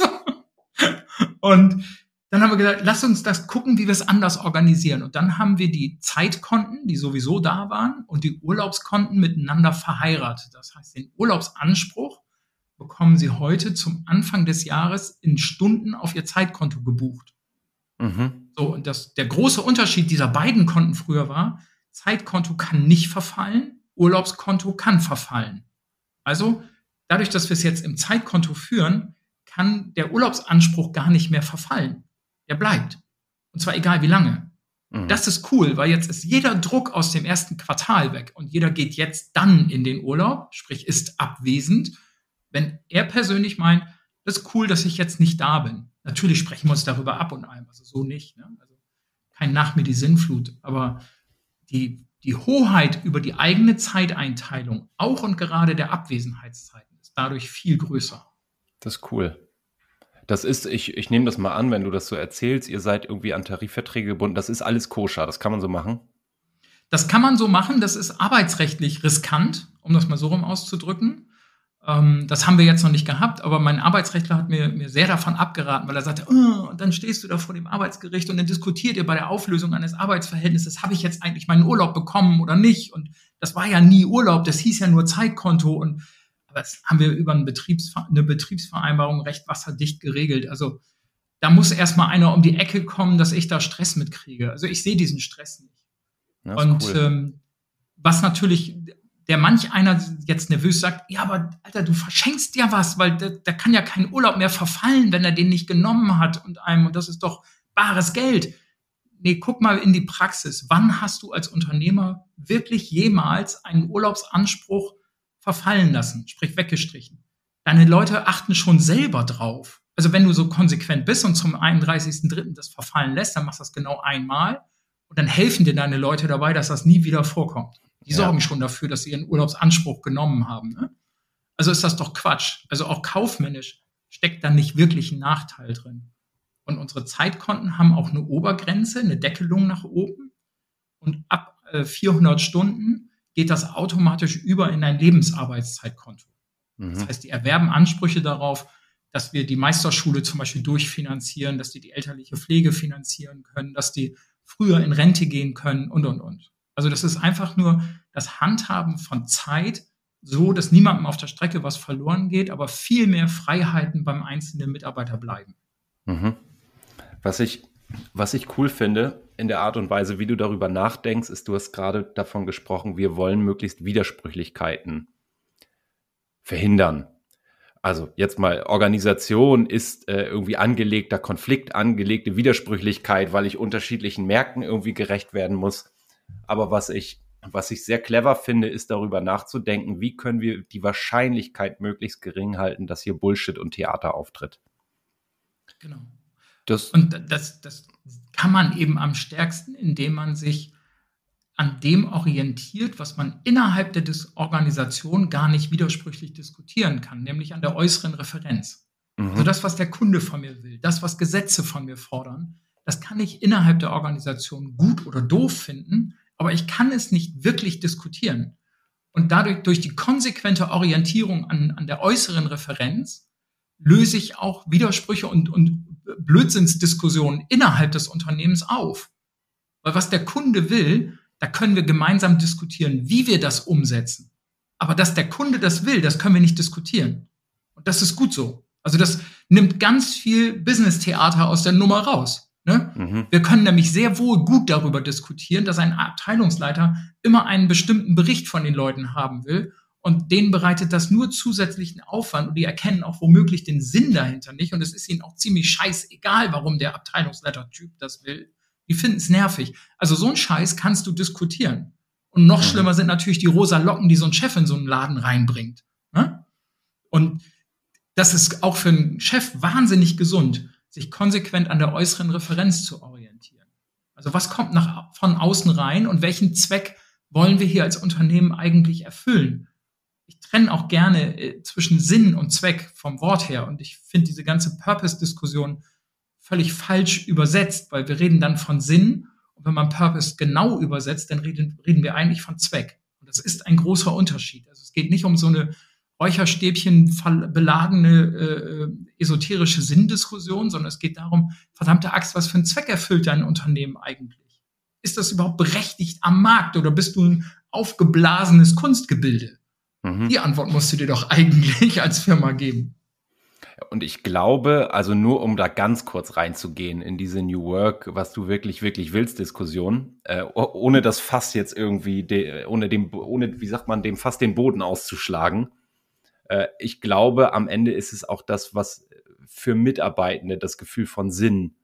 Speaker 3: Und dann haben wir gesagt, lass uns das gucken, wie wir es anders organisieren. Und dann haben wir die Zeitkonten, die sowieso da waren, und die Urlaubskonten miteinander verheiratet. Das heißt, den Urlaubsanspruch bekommen Sie heute zum Anfang des Jahres in Stunden auf Ihr Zeitkonto gebucht. So, und der große Unterschied dieser beiden Konten früher war, Zeitkonto kann nicht verfallen, Urlaubskonto kann verfallen. Also, dadurch, dass wir es jetzt im Zeitkonto führen, kann der Urlaubsanspruch gar nicht mehr verfallen. Der bleibt. Und zwar egal wie lange. Das ist cool, weil jetzt ist jeder Druck aus dem ersten Quartal weg und jeder geht jetzt dann in den Urlaub, sprich ist abwesend, wenn er persönlich meint, das ist cool, dass ich jetzt nicht da bin. Natürlich sprechen wir uns darüber ab und ein, also so nicht. Ne? Also kein Nach mir die Sinnflut, aber die Hoheit über die eigene Zeiteinteilung, auch und gerade der Abwesenheitszeiten, ist dadurch viel größer.
Speaker 1: Das ist cool. Das ist, ich nehme das mal an, wenn du das so erzählst, ihr seid irgendwie an Tarifverträge gebunden, das ist alles koscher, das kann man so machen?
Speaker 3: Das kann man so machen, das ist arbeitsrechtlich riskant, um das mal so rum auszudrücken. Das haben wir jetzt noch nicht gehabt, aber mein Arbeitsrechtler hat mir sehr davon abgeraten, weil er sagte, und dann stehst du da vor dem Arbeitsgericht und dann diskutiert ihr bei der Auflösung eines Arbeitsverhältnisses, habe ich jetzt eigentlich meinen Urlaub bekommen oder nicht? Und das war ja nie Urlaub, das hieß ja nur Zeitkonto. Aber das haben wir über eine Betriebsvereinbarung recht wasserdicht geregelt. Also da muss erstmal einer um die Ecke kommen, dass ich da Stress mitkriege. Also ich sehe diesen Stress nicht. Und cool. Was natürlich der manch einer jetzt nervös sagt, ja, aber Alter, du verschenkst ja was, weil da kann ja kein Urlaub mehr verfallen, wenn er den nicht genommen hat und das ist doch bares Geld. Nee, guck mal in die Praxis. Wann hast du als Unternehmer wirklich jemals einen Urlaubsanspruch verfallen lassen, sprich weggestrichen? Deine Leute achten schon selber drauf. Also wenn du so konsequent bist und zum 31.03. das verfallen lässt, dann machst du das genau einmal und dann helfen dir deine Leute dabei, dass das nie wieder vorkommt. Die sorgen schon dafür, dass sie ihren Urlaubsanspruch genommen haben. Ne? Also ist das doch Quatsch. Also auch kaufmännisch steckt da nicht wirklich ein Nachteil drin. Und unsere Zeitkonten haben auch eine Obergrenze, eine Deckelung nach oben. Und ab 400 Stunden geht das automatisch über in ein Lebensarbeitszeitkonto. Das heißt, die erwerben Ansprüche darauf, dass wir die Meisterschule zum Beispiel durchfinanzieren, dass die elterliche Pflege finanzieren können, dass die früher in Rente gehen können und. Also das ist einfach nur das Handhaben von Zeit, so dass niemandem auf der Strecke was verloren geht, aber viel mehr Freiheiten beim einzelnen Mitarbeiter bleiben.
Speaker 1: Was ich cool finde in der Art und Weise, wie du darüber nachdenkst, ist, du hast gerade davon gesprochen, wir wollen möglichst Widersprüchlichkeiten verhindern. Also jetzt mal, Organisation ist irgendwie angelegter Konflikt, angelegte Widersprüchlichkeit, weil ich unterschiedlichen Märkten irgendwie gerecht werden muss. Aber was ich sehr clever finde, ist darüber nachzudenken, wie können wir die Wahrscheinlichkeit möglichst gering halten, dass hier Bullshit und Theater auftritt.
Speaker 3: Genau. Und das kann man eben am stärksten, indem man sich an dem orientiert, was man innerhalb der Organisation gar nicht widersprüchlich diskutieren kann, nämlich an der äußeren Referenz. Also das, was der Kunde von mir will, das, was Gesetze von mir fordern, das kann ich innerhalb der Organisation gut oder doof finden, aber ich kann es nicht wirklich diskutieren. Und dadurch, durch die konsequente Orientierung an der äußeren Referenz, löse ich auch Widersprüche und Blödsinnsdiskussionen innerhalb des Unternehmens auf. Weil was der Kunde will, da können wir gemeinsam diskutieren, wie wir das umsetzen. Aber dass der Kunde das will, das können wir nicht diskutieren. Und das ist gut so. Also das nimmt ganz viel Business-Theater aus der Nummer raus. Ne? Wir können nämlich sehr wohl gut darüber diskutieren, dass ein Abteilungsleiter immer einen bestimmten Bericht von den Leuten haben will und denen bereitet das nur zusätzlichen Aufwand und die erkennen auch womöglich den Sinn dahinter nicht und es ist ihnen auch ziemlich scheißegal, warum der Abteilungsleiter-Typ das will. Die finden es nervig. Also so einen Scheiß kannst du diskutieren. Und noch schlimmer sind natürlich die rosa Locken, die so ein Chef in so einen Laden reinbringt. Ne? Und das ist auch für einen Chef wahnsinnig gesund, sich konsequent an der äußeren Referenz zu orientieren. Also was kommt von außen rein und welchen Zweck wollen wir hier als Unternehmen eigentlich erfüllen? Ich trenne auch gerne zwischen Sinn und Zweck vom Wort her. Und ich finde diese ganze Purpose-Diskussion völlig falsch übersetzt, weil wir reden dann von Sinn. Und wenn man Purpose genau übersetzt, dann reden wir eigentlich von Zweck. Und das ist ein großer Unterschied. Also es geht nicht um so eine Räucherstäbchen beladene esoterische Sinndiskussion, sondern es geht darum, verdammte Axt, was für einen Zweck erfüllt dein Unternehmen eigentlich? Ist das überhaupt berechtigt am Markt oder bist du ein aufgeblasenes Kunstgebilde? Die Antwort musst du dir doch eigentlich als Firma geben.
Speaker 1: Und ich glaube, also nur um da ganz kurz reinzugehen in diese New Work, was du wirklich, wirklich willst, Diskussion, ohne das Fass jetzt irgendwie, wie sagt man, dem Fass den Boden auszuschlagen. Ich glaube, am Ende ist es auch das, was für Mitarbeitende das Gefühl von Sinn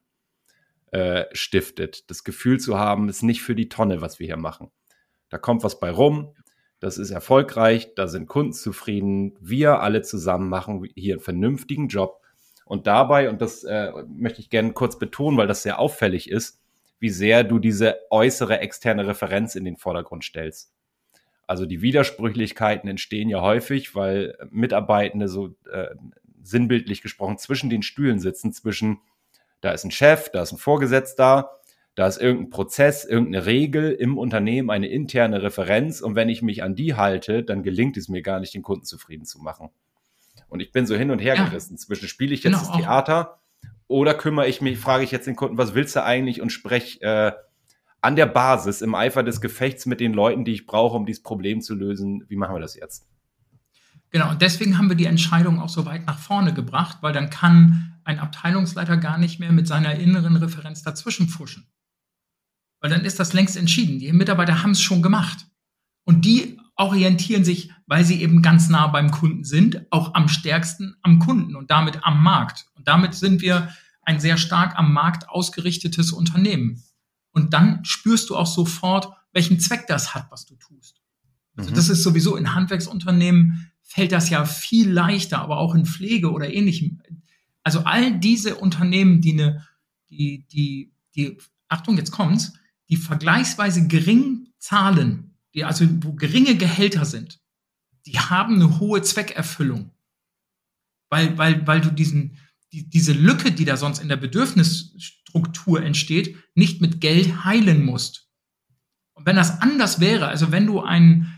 Speaker 1: stiftet. Das Gefühl zu haben, ist nicht für die Tonne, was wir hier machen. Da kommt was bei rum. Das ist erfolgreich, da sind Kunden zufrieden, wir alle zusammen machen hier einen vernünftigen Job und dabei, und das möchte ich gerne kurz betonen, weil das sehr auffällig ist, wie sehr du diese äußere externe Referenz in den Vordergrund stellst. Also die Widersprüchlichkeiten entstehen ja häufig, weil Mitarbeitende so sinnbildlich gesprochen zwischen den Stühlen sitzen, da ist ein Chef, da ist ein Vorgesetzter, da ist irgendein Prozess, irgendeine Regel im Unternehmen, eine interne Referenz. Und wenn ich mich an die halte, dann gelingt es mir gar nicht, den Kunden zufrieden zu machen. Und ich bin so hin und her gerissen. Zwischen spiele ich jetzt das Theater oder frage ich jetzt den Kunden, was willst du eigentlich? Und spreche an der Basis im Eifer des Gefechts mit den Leuten, die ich brauche, um dieses Problem zu lösen. Wie machen wir das jetzt?
Speaker 3: Genau, und deswegen haben wir die Entscheidung auch so weit nach vorne gebracht, weil dann kann ein Abteilungsleiter gar nicht mehr mit seiner inneren Referenz dazwischen pfuschen. Weil dann ist das längst entschieden. Die Mitarbeiter haben es schon gemacht. Und die orientieren sich, weil sie eben ganz nah beim Kunden sind, auch am stärksten am Kunden und damit am Markt. Und damit sind wir ein sehr stark am Markt ausgerichtetes Unternehmen. Und dann spürst du auch sofort, welchen Zweck das hat, was du tust. Also das ist sowieso in Handwerksunternehmen fällt das ja viel leichter, aber auch in Pflege oder Ähnlichem. Also all diese Unternehmen, die Achtung, jetzt kommt's, die vergleichsweise gering zahlen, wo geringe Gehälter sind, die haben eine hohe Zweckerfüllung. Weil du diese Lücke, die da sonst in der Bedürfnisstruktur entsteht, nicht mit Geld heilen musst. Und wenn das anders wäre, also wenn du einen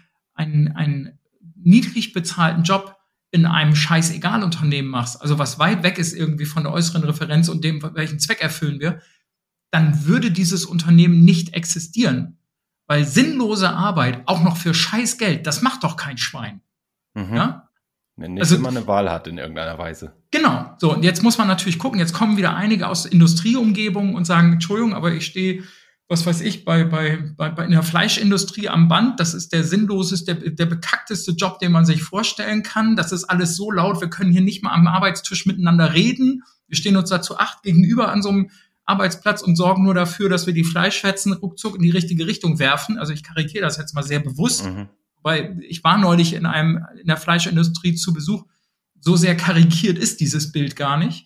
Speaker 3: niedrig bezahlten Job in einem Scheißegal-Unternehmen machst, also was weit weg ist irgendwie von der äußeren Referenz und dem, welchen Zweck erfüllen wir, dann würde dieses Unternehmen nicht existieren. Weil sinnlose Arbeit, auch noch für Scheißgeld, das macht doch kein Schwein. Ja?
Speaker 1: Wenn nicht immer eine Wahl hat in irgendeiner Weise.
Speaker 3: Genau. So, und jetzt muss man natürlich gucken, jetzt kommen wieder einige aus Industrieumgebungen und sagen, Entschuldigung, aber ich stehe, was weiß ich, bei in der Fleischindustrie am Band, das ist der sinnloseste, der bekackteste Job, den man sich vorstellen kann. Das ist alles so laut, wir können hier nicht mal am Arbeitstisch miteinander reden. Wir stehen uns da zu 8 gegenüber an so einem Arbeitsplatz und sorgen nur dafür, dass wir die Fleischfetzen ruckzuck in die richtige Richtung werfen. Also ich karikiere das jetzt mal sehr bewusst, weil ich war neulich in der Fleischindustrie zu Besuch. So sehr karikiert ist dieses Bild gar nicht.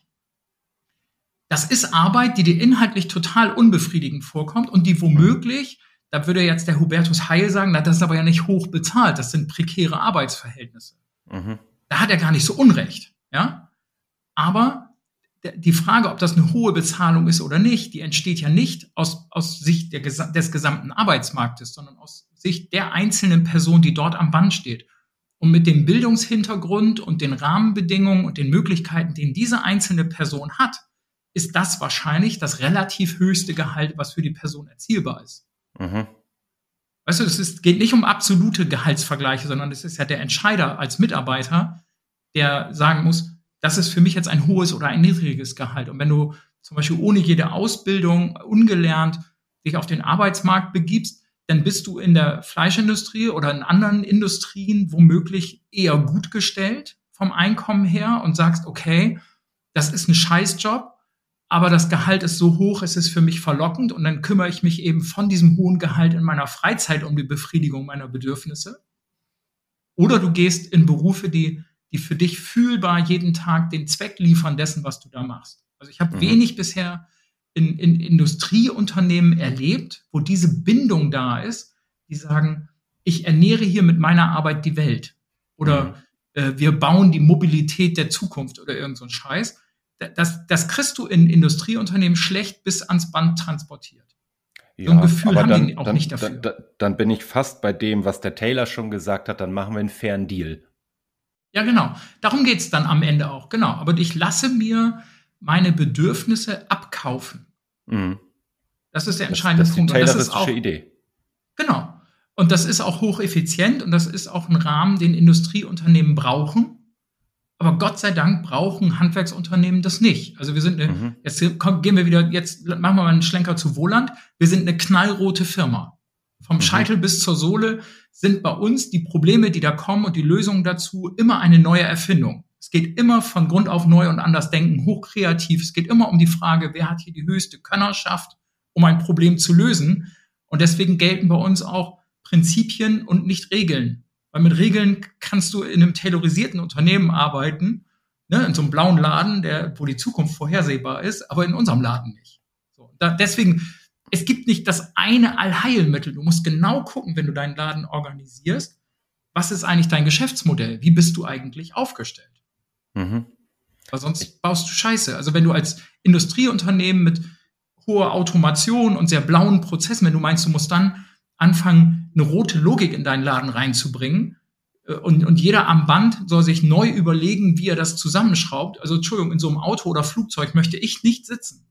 Speaker 3: Das ist Arbeit, die dir inhaltlich total unbefriedigend vorkommt und die womöglich, da würde jetzt der Hubertus Heil sagen, na, das ist aber ja nicht hoch bezahlt, das sind prekäre Arbeitsverhältnisse. Da hat er gar nicht so Unrecht, ja. Aber die Frage, ob das eine hohe Bezahlung ist oder nicht, die entsteht ja nicht aus Sicht des gesamten Arbeitsmarktes, sondern aus Sicht der einzelnen Person, die dort am Band steht. Und mit dem Bildungshintergrund und den Rahmenbedingungen und den Möglichkeiten, den diese einzelne Person hat, ist das wahrscheinlich das relativ höchste Gehalt, was für die Person erzielbar ist. Weißt du, geht nicht um absolute Gehaltsvergleiche, sondern es ist ja der Entscheider als Mitarbeiter, der sagen muss, das ist für mich jetzt ein hohes oder ein niedriges Gehalt. Und wenn du zum Beispiel ohne jede Ausbildung, ungelernt, dich auf den Arbeitsmarkt begibst, dann bist du in der Fleischindustrie oder in anderen Industrien womöglich eher gut gestellt vom Einkommen her und sagst, okay, das ist ein Scheißjob, aber das Gehalt ist so hoch, es ist für mich verlockend und dann kümmere ich mich eben von diesem hohen Gehalt in meiner Freizeit um die Befriedigung meiner Bedürfnisse. Oder du gehst in Berufe, die die für dich fühlbar jeden Tag den Zweck liefern dessen, was du da machst. Also ich habe wenig bisher in Industrieunternehmen erlebt, wo diese Bindung da ist, die sagen, ich ernähre hier mit meiner Arbeit die Welt. Oder wir bauen die Mobilität der Zukunft oder irgend so ein Scheiß. Das kriegst du in Industrieunternehmen schlecht bis ans Band transportiert.
Speaker 1: Ja,
Speaker 3: so ein Gefühl haben
Speaker 1: dann,
Speaker 3: die auch nicht dafür.
Speaker 1: Dann bin ich fast bei dem, was der Taylor schon gesagt hat, dann machen wir einen fairen Deal.
Speaker 3: Ja, genau. Darum geht's dann am Ende auch. Genau. Aber ich lasse mir meine Bedürfnisse abkaufen. Das ist der entscheidende Punkt.
Speaker 1: Das ist die tayloristische Idee.
Speaker 3: Genau. Und das ist auch hocheffizient und das ist auch ein Rahmen, den Industrieunternehmen brauchen. Aber Gott sei Dank brauchen Handwerksunternehmen das nicht. Also wir sind jetzt machen wir mal einen Schlenker zu Wohland. Wir sind eine knallrote Firma. Vom Scheitel bis zur Sohle sind bei uns die Probleme, die da kommen und die Lösungen dazu immer eine neue Erfindung. Es geht immer von Grund auf neu und anders denken, hochkreativ. Es geht immer um die Frage, wer hat hier die höchste Könnerschaft, um ein Problem zu lösen. Und deswegen gelten bei uns auch Prinzipien und nicht Regeln. Weil mit Regeln kannst du in einem taylorisierten Unternehmen arbeiten, ne, in so einem blauen Laden, wo die Zukunft vorhersehbar ist, aber in unserem Laden nicht. So, deswegen, es gibt nicht das eine Allheilmittel. Du musst genau gucken, wenn du deinen Laden organisierst, was ist eigentlich dein Geschäftsmodell? Wie bist du eigentlich aufgestellt? Weil sonst baust du Scheiße. Also wenn du als Industrieunternehmen mit hoher Automation und sehr blauen Prozessen, wenn du meinst, du musst dann anfangen, eine rote Logik in deinen Laden reinzubringen und jeder am Band soll sich neu überlegen, wie er das zusammenschraubt. Also Entschuldigung, in so einem Auto oder Flugzeug möchte ich nicht sitzen.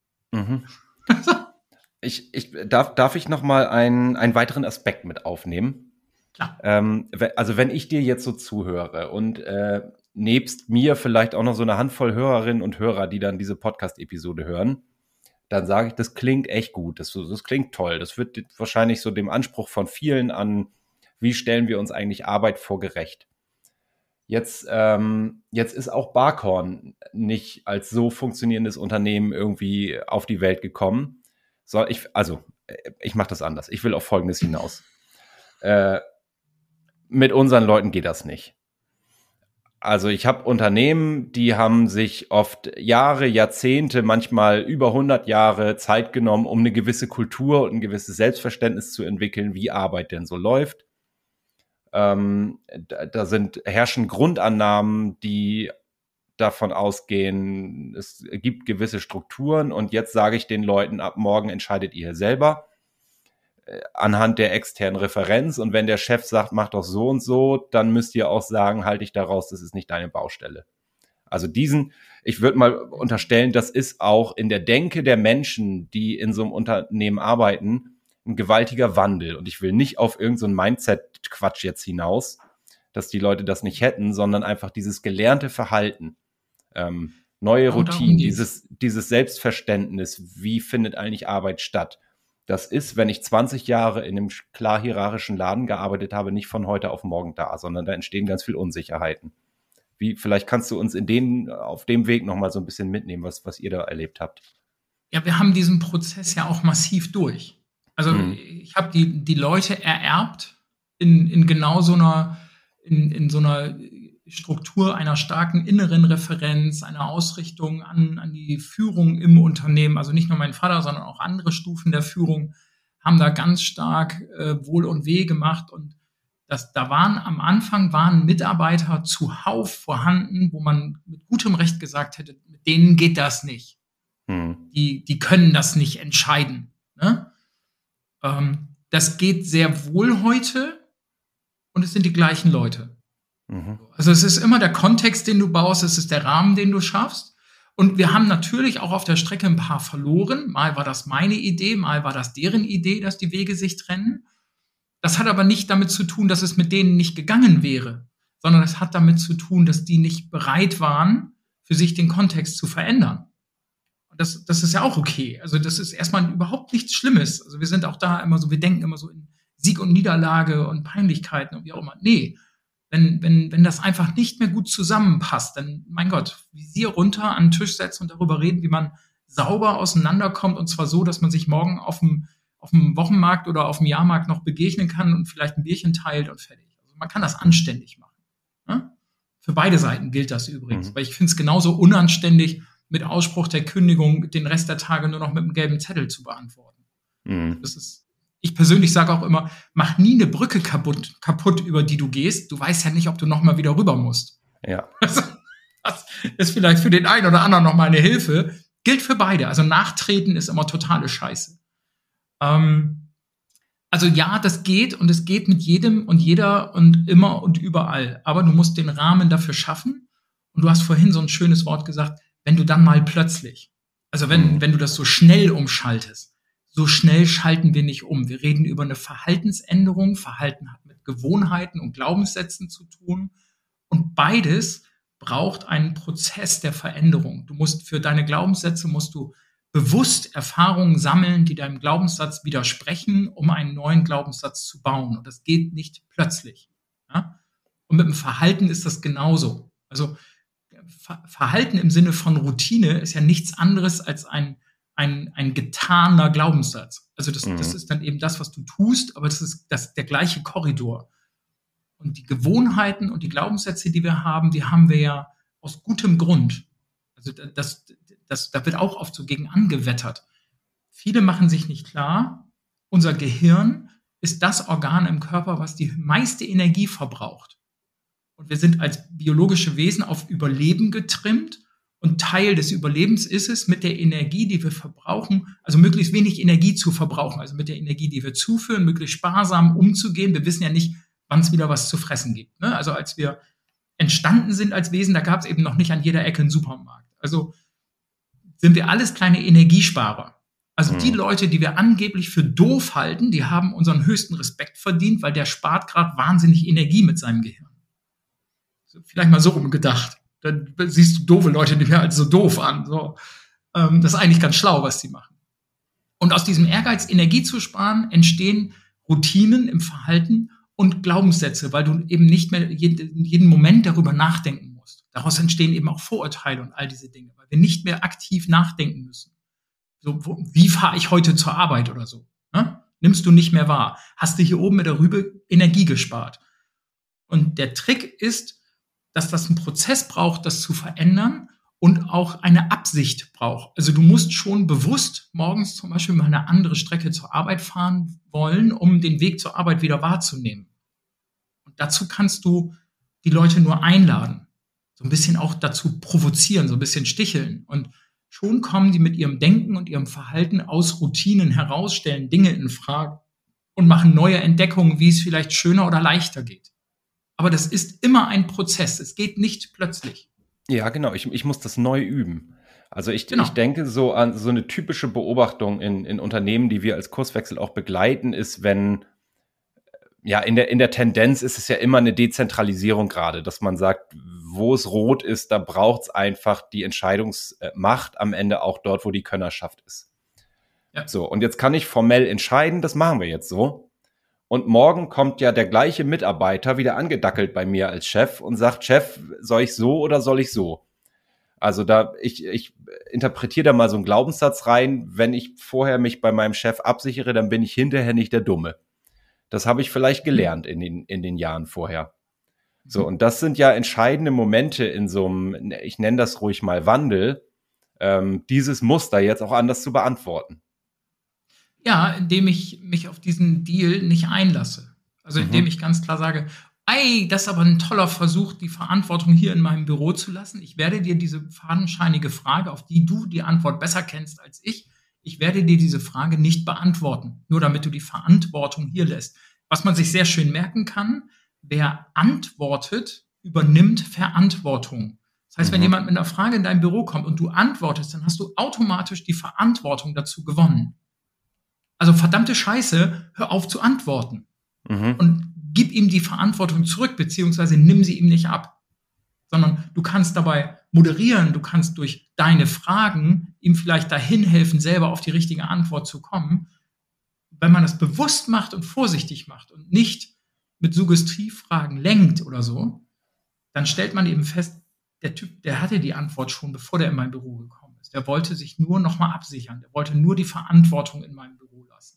Speaker 1: Darf ich noch mal einen weiteren Aspekt mit aufnehmen?
Speaker 3: Klar.
Speaker 1: Also wenn ich dir jetzt so zuhöre und nebst mir vielleicht auch noch so eine Handvoll Hörerinnen und Hörer, die dann diese Podcast-Episode hören, dann sage ich, das klingt echt gut, das klingt toll. Das wird wahrscheinlich so dem Anspruch von vielen an, wie stellen wir uns eigentlich Arbeit vor gerecht. Jetzt ist auch Barkhorn nicht als so funktionierendes Unternehmen irgendwie auf die Welt gekommen. Ich mache das anders. Ich will auf Folgendes hinaus. Mit unseren Leuten geht das nicht. Also ich habe Unternehmen, die haben sich oft Jahre, Jahrzehnte, manchmal über 100 Jahre Zeit genommen, um eine gewisse Kultur und ein gewisses Selbstverständnis zu entwickeln, wie Arbeit denn so läuft. Da herrschen Grundannahmen, die davon ausgehen, es gibt gewisse Strukturen und jetzt sage ich den Leuten, ab morgen entscheidet ihr selber anhand der externen Referenz und wenn der Chef sagt, mach doch so und so, dann müsst ihr auch sagen, halte dich daraus, das ist nicht deine Baustelle. Also ich würde mal unterstellen, das ist auch in der Denke der Menschen, die in so einem Unternehmen arbeiten, ein gewaltiger Wandel und ich will nicht auf irgendeinen so Mindset-Quatsch jetzt hinaus, dass die Leute das nicht hätten, sondern einfach dieses gelernte Verhalten, neue Routinen, dieses Selbstverständnis, wie findet eigentlich Arbeit statt. Das ist, wenn ich 20 Jahre in einem klar hierarchischen Laden gearbeitet habe, nicht von heute auf morgen da, sondern da entstehen ganz viel Unsicherheiten. Vielleicht kannst du uns auf dem Weg nochmal so ein bisschen mitnehmen, was ihr da erlebt habt.
Speaker 3: Ja, wir haben diesen Prozess ja auch massiv durch. Also ich habe die Leute ererbt in genau so einer Struktur einer starken inneren Referenz, einer Ausrichtung an die Führung im Unternehmen. Also nicht nur mein Vater, sondern auch andere Stufen der Führung haben da ganz stark Wohl und Weh gemacht. Und am Anfang waren Mitarbeiter zuhauf vorhanden, wo man mit gutem Recht gesagt hätte, mit denen geht das nicht. Die können das nicht entscheiden. Ne? Das geht sehr wohl heute und es sind die gleichen Leute. Also es ist immer der Kontext, den du baust, es ist der Rahmen, den du schaffst. Und wir haben natürlich auch auf der Strecke ein paar verloren. Mal war das meine Idee, mal war das deren Idee, dass die Wege sich trennen. Das hat aber nicht damit zu tun, dass es mit denen nicht gegangen wäre, sondern es hat damit zu tun, dass die nicht bereit waren, für sich den Kontext zu verändern. Und das ist ja auch okay. Also das ist erstmal überhaupt nichts Schlimmes. Also wir sind auch da immer so, wir denken immer so in Sieg und Niederlage und Peinlichkeiten und wie auch immer. Nee. Wenn das einfach nicht mehr gut zusammenpasst, dann, mein Gott, Visier runter, an den Tisch setzen und darüber reden, wie man sauber auseinanderkommt und zwar so, dass man sich morgen auf dem Wochenmarkt oder auf dem Jahrmarkt noch begegnen kann und vielleicht ein Bierchen teilt und fertig. Also man kann das anständig machen. Ne? Für beide Seiten gilt das übrigens, weil ich finde es genauso unanständig, mit Ausspruch der Kündigung den Rest der Tage nur noch mit einem gelben Zettel zu beantworten. Ich persönlich sage auch immer, mach nie eine Brücke kaputt, über die du gehst. Du weißt ja nicht, ob du noch mal wieder rüber musst.
Speaker 1: Ja.
Speaker 3: Das ist vielleicht für den einen oder anderen noch mal eine Hilfe. Gilt für beide. Also Nachtreten ist immer totale Scheiße. Also ja, das geht und es geht mit jedem und jeder und immer und überall. Aber du musst den Rahmen dafür schaffen. Und du hast vorhin so ein schönes Wort gesagt, wenn du dann mal plötzlich, also wenn du das so schnell umschaltest, so schnell schalten wir nicht um. Wir reden über eine Verhaltensänderung. Verhalten hat mit Gewohnheiten und Glaubenssätzen zu tun. Und beides braucht einen Prozess der Veränderung. Du musst für deine Glaubenssätze bewusst Erfahrungen sammeln, die deinem Glaubenssatz widersprechen, um einen neuen Glaubenssatz zu bauen. Und das geht nicht plötzlich. Ja? Und mit dem Verhalten ist das genauso. Also Verhalten im Sinne von Routine ist ja nichts anderes als ein getaner Glaubenssatz. Also das ist dann eben das, was du tust, aber das ist der gleiche Korridor. Und die Gewohnheiten und die Glaubenssätze, die wir haben wir ja aus gutem Grund. Also da wird auch oft so gegen angewettert. Viele machen sich nicht klar, unser Gehirn ist das Organ im Körper, was die meiste Energie verbraucht. Und wir sind als biologische Wesen auf Überleben getrimmt. Und Teil des Überlebens ist es, mit der Energie, die wir verbrauchen, also möglichst wenig Energie zu verbrauchen, also mit der Energie, die wir zuführen, möglichst sparsam umzugehen. Wir wissen ja nicht, wann es wieder was zu fressen gibt. Ne? Also als wir entstanden sind als Wesen, da gab es eben noch nicht an jeder Ecke einen Supermarkt. Also sind wir alles kleine Energiesparer. Also die Leute, die wir angeblich für doof halten, die haben unseren höchsten Respekt verdient, weil der spart gerade wahnsinnig Energie mit seinem Gehirn. Vielleicht mal so rumgedacht. Dann siehst du doofe Leute nicht mehr als so doof an. So. Das ist eigentlich ganz schlau, was sie machen. Und aus diesem Ehrgeiz, Energie zu sparen, entstehen Routinen im Verhalten und Glaubenssätze, weil du eben nicht mehr jeden Moment darüber nachdenken musst. Daraus entstehen eben auch Vorurteile und all diese Dinge, weil wir nicht mehr aktiv nachdenken müssen. So, wie fahre ich heute zur Arbeit oder so? Ne? Nimmst du nicht mehr wahr. Hast du hier oben mit der Rübe Energie gespart. Und der Trick ist, dass das einen Prozess braucht, das zu verändern und auch eine Absicht braucht. Also du musst schon bewusst morgens zum Beispiel mal eine andere Strecke zur Arbeit fahren wollen, um den Weg zur Arbeit wieder wahrzunehmen. Und dazu kannst du die Leute nur einladen, so ein bisschen auch dazu provozieren, so ein bisschen sticheln. Und schon kommen die mit ihrem Denken und ihrem Verhalten aus Routinen heraus, stellen Dinge in Frage und machen neue Entdeckungen, wie es vielleicht schöner oder leichter geht. Aber das ist immer ein Prozess. Es geht nicht plötzlich.
Speaker 1: Ja, genau. Ich muss das neu üben. Also ich denke so an so eine typische Beobachtung in Unternehmen, die wir als Kurswechsel auch begleiten, ist, wenn, ja, in der Tendenz ist es ja immer eine Dezentralisierung gerade, dass man sagt, wo es rot ist, da braucht es einfach die Entscheidungsmacht am Ende auch dort, wo die Könnerschaft ist. Ja. So, und jetzt kann ich formell entscheiden, das machen wir jetzt so. Und morgen kommt ja der gleiche Mitarbeiter wieder angedackelt bei mir als Chef und sagt, Chef, soll ich so oder soll ich so? Also ich interpretiere da mal so einen Glaubenssatz rein, wenn ich vorher mich bei meinem Chef absichere, dann bin ich hinterher nicht der Dumme. Das habe ich vielleicht gelernt in den Jahren vorher. So, und das sind ja entscheidende Momente in so einem, ich nenne das ruhig mal Wandel, dieses Muster jetzt auch anders zu beantworten.
Speaker 3: Ja, indem ich mich auf diesen Deal nicht einlasse. Also indem ich ganz klar sage, das ist aber ein toller Versuch, die Verantwortung hier in meinem Büro zu lassen. Ich werde dir diese fadenscheinige Frage, auf die du die Antwort besser kennst als ich werde dir diese Frage nicht beantworten, nur damit du die Verantwortung hier lässt. Was man sich sehr schön merken kann, wer antwortet, übernimmt Verantwortung. Das heißt, wenn jemand mit einer Frage in dein Büro kommt und du antwortest, dann hast du automatisch die Verantwortung dazu gewonnen. Also verdammte Scheiße, hör auf zu antworten. Und gib ihm die Verantwortung zurück, beziehungsweise nimm sie ihm nicht ab. Sondern du kannst dabei moderieren, du kannst durch deine Fragen ihm vielleicht dahin helfen, selber auf die richtige Antwort zu kommen. Wenn man das bewusst macht und vorsichtig macht und nicht mit Suggestivfragen lenkt oder so, dann stellt man eben fest, der Typ, der hatte die Antwort schon, bevor der in mein Büro gekommen ist. Der wollte sich nur nochmal absichern. Der wollte nur die Verantwortung in meinem Büro lassen.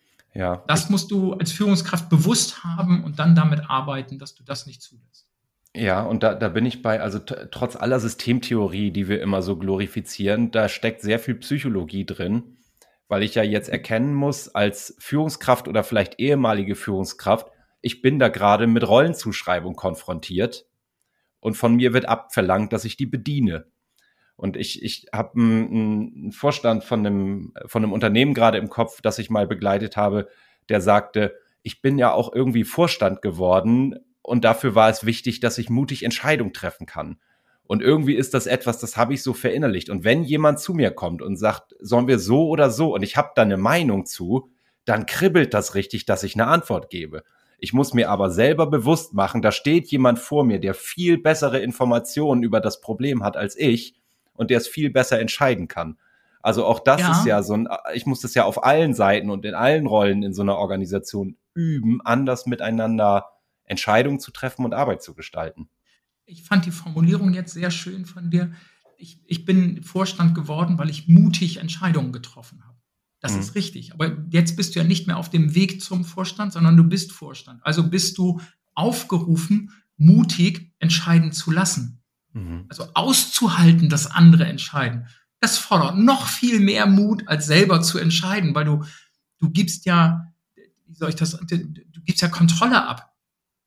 Speaker 3: Ja. Das musst du als Führungskraft bewusst haben und dann damit arbeiten, dass du das nicht zulässt.
Speaker 1: Ja, und da bin ich bei, also trotz aller Systemtheorie, die wir immer so glorifizieren, da steckt sehr viel Psychologie drin, weil ich ja jetzt erkennen muss, als Führungskraft oder vielleicht ehemalige Führungskraft, ich bin da gerade mit Rollenzuschreibung konfrontiert und von mir wird abverlangt, dass ich die bediene. Und ich habe einen Vorstand von einem Unternehmen gerade im Kopf, das ich mal begleitet habe, der sagte, ich bin ja auch irgendwie Vorstand geworden und dafür war es wichtig, dass ich mutig Entscheidungen treffen kann. Und irgendwie ist das etwas, das habe ich so verinnerlicht. Und wenn jemand zu mir kommt und sagt, sollen wir so oder so, und ich habe da eine Meinung zu, dann kribbelt das richtig, dass ich eine Antwort gebe. Ich muss mir aber selber bewusst machen, da steht jemand vor mir, der viel bessere Informationen über das Problem hat als ich und der es viel besser entscheiden kann. Also auch das ist ja so ich muss das ja auf allen Seiten und in allen Rollen in so einer Organisation üben, anders miteinander Entscheidungen zu treffen und Arbeit zu gestalten.
Speaker 3: Ich fand die Formulierung jetzt sehr schön von dir. Ich bin Vorstand geworden, weil ich mutig Entscheidungen getroffen habe. Das ist richtig. Aber jetzt bist du ja nicht mehr auf dem Weg zum Vorstand, sondern du bist Vorstand. Also bist du aufgerufen, mutig entscheiden zu lassen. Also auszuhalten, dass andere entscheiden. Das fordert noch viel mehr Mut, als selber zu entscheiden, weil du gibst ja, du gibst ja Kontrolle ab.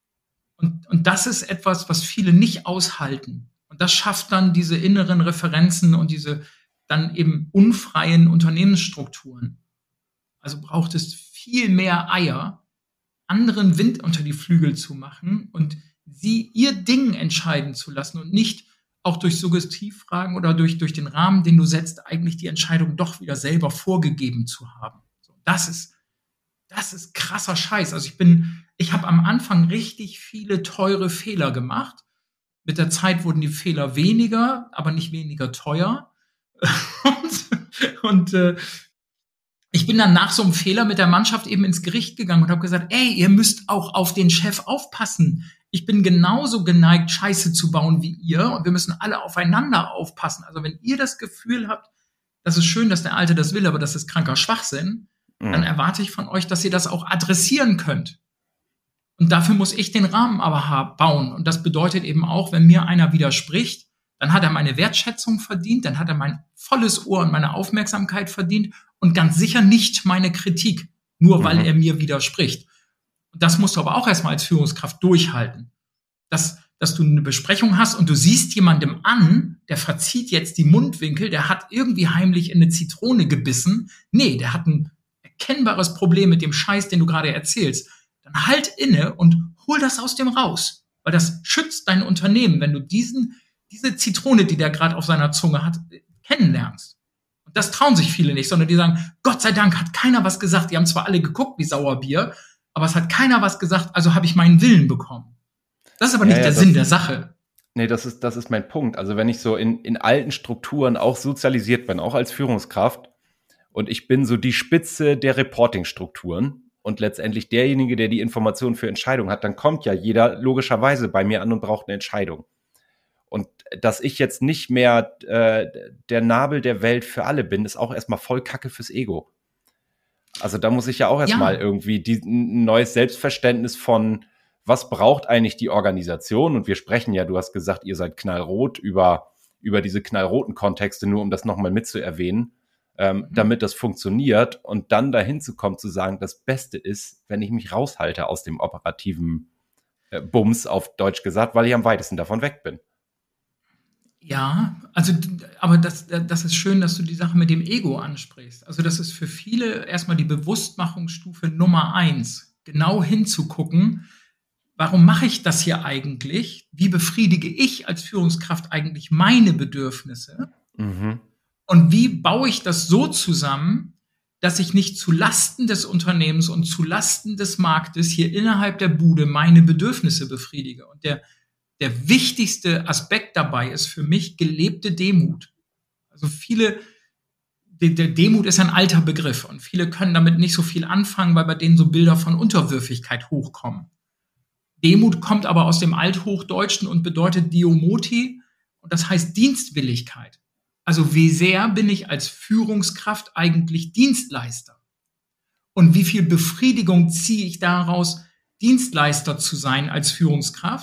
Speaker 3: Und das ist etwas, was viele nicht aushalten. Und das schafft dann diese inneren Referenzen und diese dann eben unfreien Unternehmensstrukturen. Also braucht es viel mehr Eier, anderen Wind unter die Flügel zu machen und sie ihr Ding entscheiden zu lassen und nicht auch durch Suggestivfragen oder durch den Rahmen, den du setzt, eigentlich die Entscheidung doch wieder selber vorgegeben zu haben. So, das ist krasser Scheiß. Also ich habe am Anfang richtig viele teure Fehler gemacht. Mit der Zeit wurden die Fehler weniger, aber nicht weniger teuer. Und ich bin dann nach so einem Fehler mit der Mannschaft eben ins Gericht gegangen und habe gesagt, ey, ihr müsst auch auf den Chef aufpassen. Ich bin genauso geneigt, Scheiße zu bauen wie ihr und wir müssen alle aufeinander aufpassen. Also wenn ihr das Gefühl habt, das ist schön, dass der Alte das will, aber das ist kranker Schwachsinn, dann erwarte ich von euch, dass ihr das auch adressieren könnt. Und dafür muss ich den Rahmen aber bauen. Und das bedeutet eben auch, wenn mir einer widerspricht, dann hat er meine Wertschätzung verdient, dann hat er mein volles Ohr und meine Aufmerksamkeit verdient und ganz sicher nicht meine Kritik, nur weil er mir widerspricht. Und das musst du aber auch erstmal als Führungskraft durchhalten. Dass du eine Besprechung hast und du siehst jemandem an, der verzieht jetzt die Mundwinkel, der hat irgendwie heimlich in eine Zitrone gebissen. Nee, der hat ein erkennbares Problem mit dem Scheiß, den du gerade erzählst. Dann halt inne und hol das aus dem raus. Weil das schützt dein Unternehmen, wenn du diese Zitrone, die der gerade auf seiner Zunge hat, kennenlernst. Und das trauen sich viele nicht, sondern die sagen, Gott sei Dank hat keiner was gesagt. Die haben zwar alle geguckt wie Sauerbier, aber es hat keiner was gesagt, also habe ich meinen Willen bekommen. Das ist aber nicht der Sinn der Sache.
Speaker 1: Nee, das ist mein Punkt. Also wenn ich so in alten Strukturen auch sozialisiert bin, auch als Führungskraft, und ich bin so die Spitze der Reporting-Strukturen und letztendlich derjenige, der die Informationen für Entscheidungen hat, dann kommt ja jeder logischerweise bei mir an und braucht eine Entscheidung. Und dass ich jetzt nicht mehr der Nabel der Welt für alle bin, ist auch erstmal voll Kacke fürs Ego. Also da muss ich ja auch erstmal irgendwie ein neues Selbstverständnis von, was braucht eigentlich die Organisation? Und wir sprechen ja, du hast gesagt, ihr seid knallrot über diese knallroten Kontexte, nur um das nochmal mitzuerwähnen, damit das funktioniert und dann dahin zu kommen, zu sagen, das Beste ist, wenn ich mich raushalte aus dem operativen Bums, auf Deutsch gesagt, weil ich am weitesten davon weg bin.
Speaker 3: Ja, also, aber das ist schön, dass du die Sache mit dem Ego ansprichst. Also das ist für viele erstmal die Bewusstmachungsstufe Nummer 1, genau hinzugucken, warum mache ich das hier eigentlich? Wie befriedige ich als Führungskraft eigentlich meine Bedürfnisse? Und wie baue ich das so zusammen, dass ich nicht zu Lasten des Unternehmens und zu Lasten des Marktes hier innerhalb der Bude meine Bedürfnisse befriedige? Und der wichtigste Aspekt dabei ist für mich gelebte Demut. Also der Demut ist ein alter Begriff und viele können damit nicht so viel anfangen, weil bei denen so Bilder von Unterwürfigkeit hochkommen. Demut kommt aber aus dem Althochdeutschen und bedeutet Diomoti und das heißt Dienstwilligkeit. Also wie sehr bin ich als Führungskraft eigentlich Dienstleister? Und wie viel Befriedigung ziehe ich daraus, Dienstleister zu sein als Führungskraft?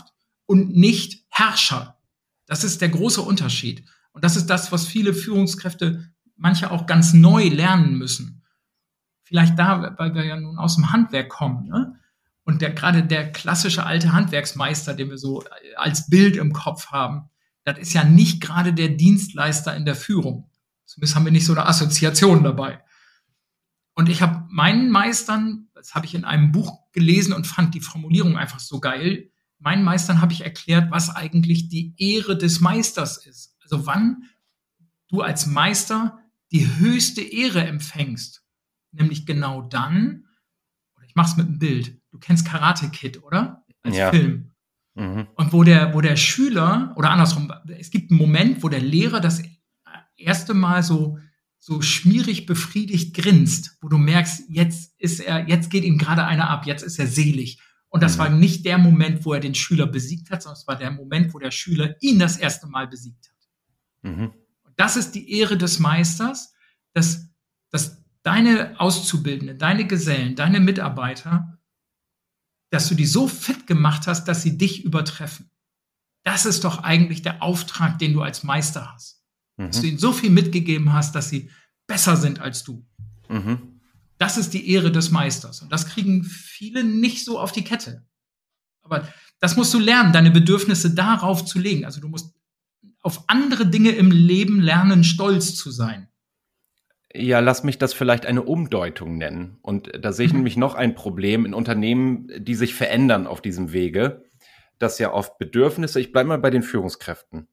Speaker 3: und nicht Herrscher. Das ist der große Unterschied. Und das ist das, was viele Führungskräfte, manche auch ganz neu lernen müssen. Vielleicht da, weil wir ja nun aus dem Handwerk kommen, ne? Und gerade der klassische alte Handwerksmeister, den wir so als Bild im Kopf haben, das ist ja nicht gerade der Dienstleister in der Führung. Zumindest haben wir nicht so eine Assoziation dabei. Und ich habe meinen Meistern, das habe ich in einem Buch gelesen und fand die Formulierung einfach so geil, meinen Meistern habe ich erklärt, was eigentlich die Ehre des Meisters ist. Also wann du als Meister die höchste Ehre empfängst. Nämlich genau dann, oder ich mache es mit einem Bild, du kennst Karate Kid, oder? Als Film. Mhm. Und wo der Schüler, oder andersrum, es gibt einen Moment, wo der Lehrer das erste Mal so schmierig befriedigt grinst, wo du merkst, jetzt geht ihm gerade einer ab, jetzt ist er selig. Und das war nicht der Moment, wo er den Schüler besiegt hat, sondern es war der Moment, wo der Schüler ihn das erste Mal besiegt hat. Mhm. Und das ist die Ehre des Meisters, dass deine Auszubildenden, deine Gesellen, deine Mitarbeiter, dass du die so fit gemacht hast, dass sie dich übertreffen. Das ist doch eigentlich der Auftrag, den du als Meister hast. Mhm. Dass du ihnen so viel mitgegeben hast, dass sie besser sind als du. Mhm. Das ist die Ehre des Meisters. Und das kriegen viele nicht so auf die Kette. Aber das musst du lernen, deine Bedürfnisse darauf zu legen. Also du musst auf andere Dinge im Leben lernen, stolz zu sein.
Speaker 1: Ja, lass mich das vielleicht eine Umdeutung nennen. Und da sehe ich nämlich noch ein Problem in Unternehmen, die sich verändern auf diesem Wege, dass ja oft Bedürfnisse, ich bleibe mal bei den Führungskräften,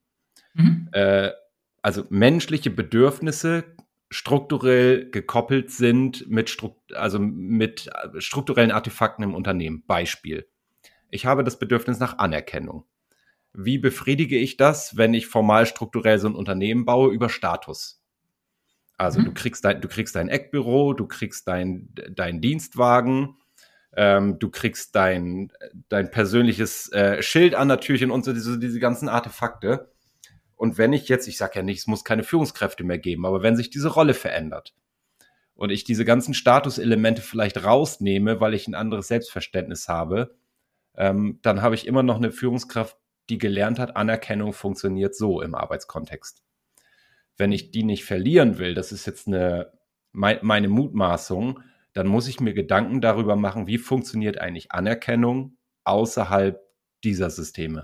Speaker 1: also menschliche Bedürfnisse strukturell gekoppelt sind mit strukturellen Artefakten im Unternehmen. Beispiel: Ich habe das Bedürfnis nach Anerkennung. Wie befriedige ich das, wenn ich formal strukturell so ein Unternehmen baue? Über Status. Also du kriegst dein Eckbüro, du kriegst dein Dienstwagen, du kriegst dein persönliches Schild an der Türchen und so diese ganzen Artefakte. Und wenn ich sage ja nicht, es muss keine Führungskräfte mehr geben, aber wenn sich diese Rolle verändert und ich diese ganzen Statuselemente vielleicht rausnehme, weil ich ein anderes Selbstverständnis habe, dann habe ich immer noch eine Führungskraft, die gelernt hat, Anerkennung funktioniert so im Arbeitskontext. Wenn ich die nicht verlieren will, das ist jetzt meine Mutmaßung, dann muss ich mir Gedanken darüber machen, wie funktioniert eigentlich Anerkennung außerhalb dieser Systeme.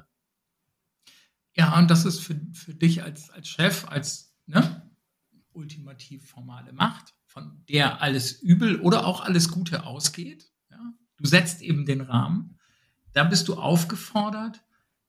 Speaker 3: Ja, und das ist für dich als Chef, als ultimativ formale Macht, von der alles Übel oder auch alles Gute ausgeht. Ja? Du setzt eben den Rahmen. Da bist du aufgefordert,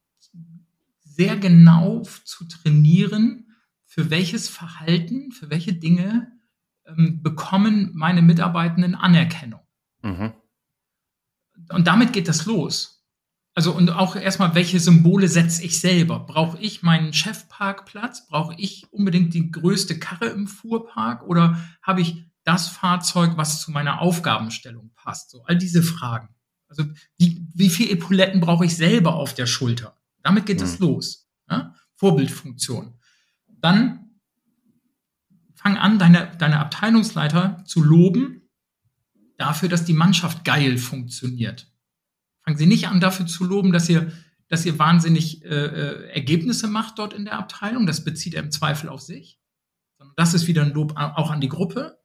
Speaker 3: sehr genau zu trainieren, für welches Verhalten, für welche Dinge bekommen meine Mitarbeitenden Anerkennung. Mhm. Und damit geht das los. Also und auch erstmal, welche Symbole setze ich selber? Brauche ich meinen Chefparkplatz? Brauche ich unbedingt die größte Karre im Fuhrpark? Oder habe ich das Fahrzeug, was zu meiner Aufgabenstellung passt? So all diese Fragen. Also wie viele Epauletten brauche ich selber auf der Schulter? Damit geht es los. Ja? Vorbildfunktion. Dann fang an, deine Abteilungsleiter zu loben dafür, dass die Mannschaft geil funktioniert. Fangen Sie nicht an, dafür zu loben, dass ihr wahnsinnig Ergebnisse macht dort in der Abteilung. Das bezieht er im Zweifel auf sich. Sondern das ist wieder ein Lob auch an die Gruppe.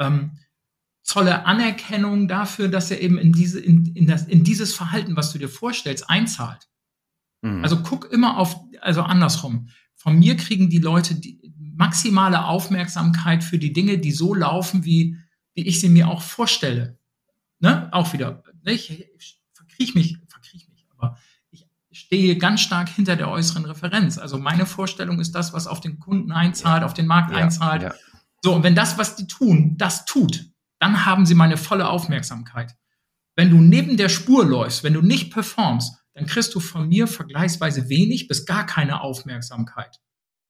Speaker 3: Zolle Anerkennung dafür, dass er eben in dieses Verhalten, was du dir vorstellst, einzahlt. Mhm. Also guck immer also andersrum. Von mir kriegen die Leute die maximale Aufmerksamkeit für die Dinge, die so laufen, wie ich sie mir auch vorstelle. Ne? Auch wieder. Ich verkriech mich, aber ich stehe ganz stark hinter der äußeren Referenz. Also meine Vorstellung ist das, was auf den Kunden einzahlt, auf den Markt einzahlt. Ja. So, und wenn das, was die tun, das tut, dann haben sie meine volle Aufmerksamkeit. Wenn du neben der Spur läufst, wenn du nicht performst, dann kriegst du von mir vergleichsweise wenig bis gar keine Aufmerksamkeit.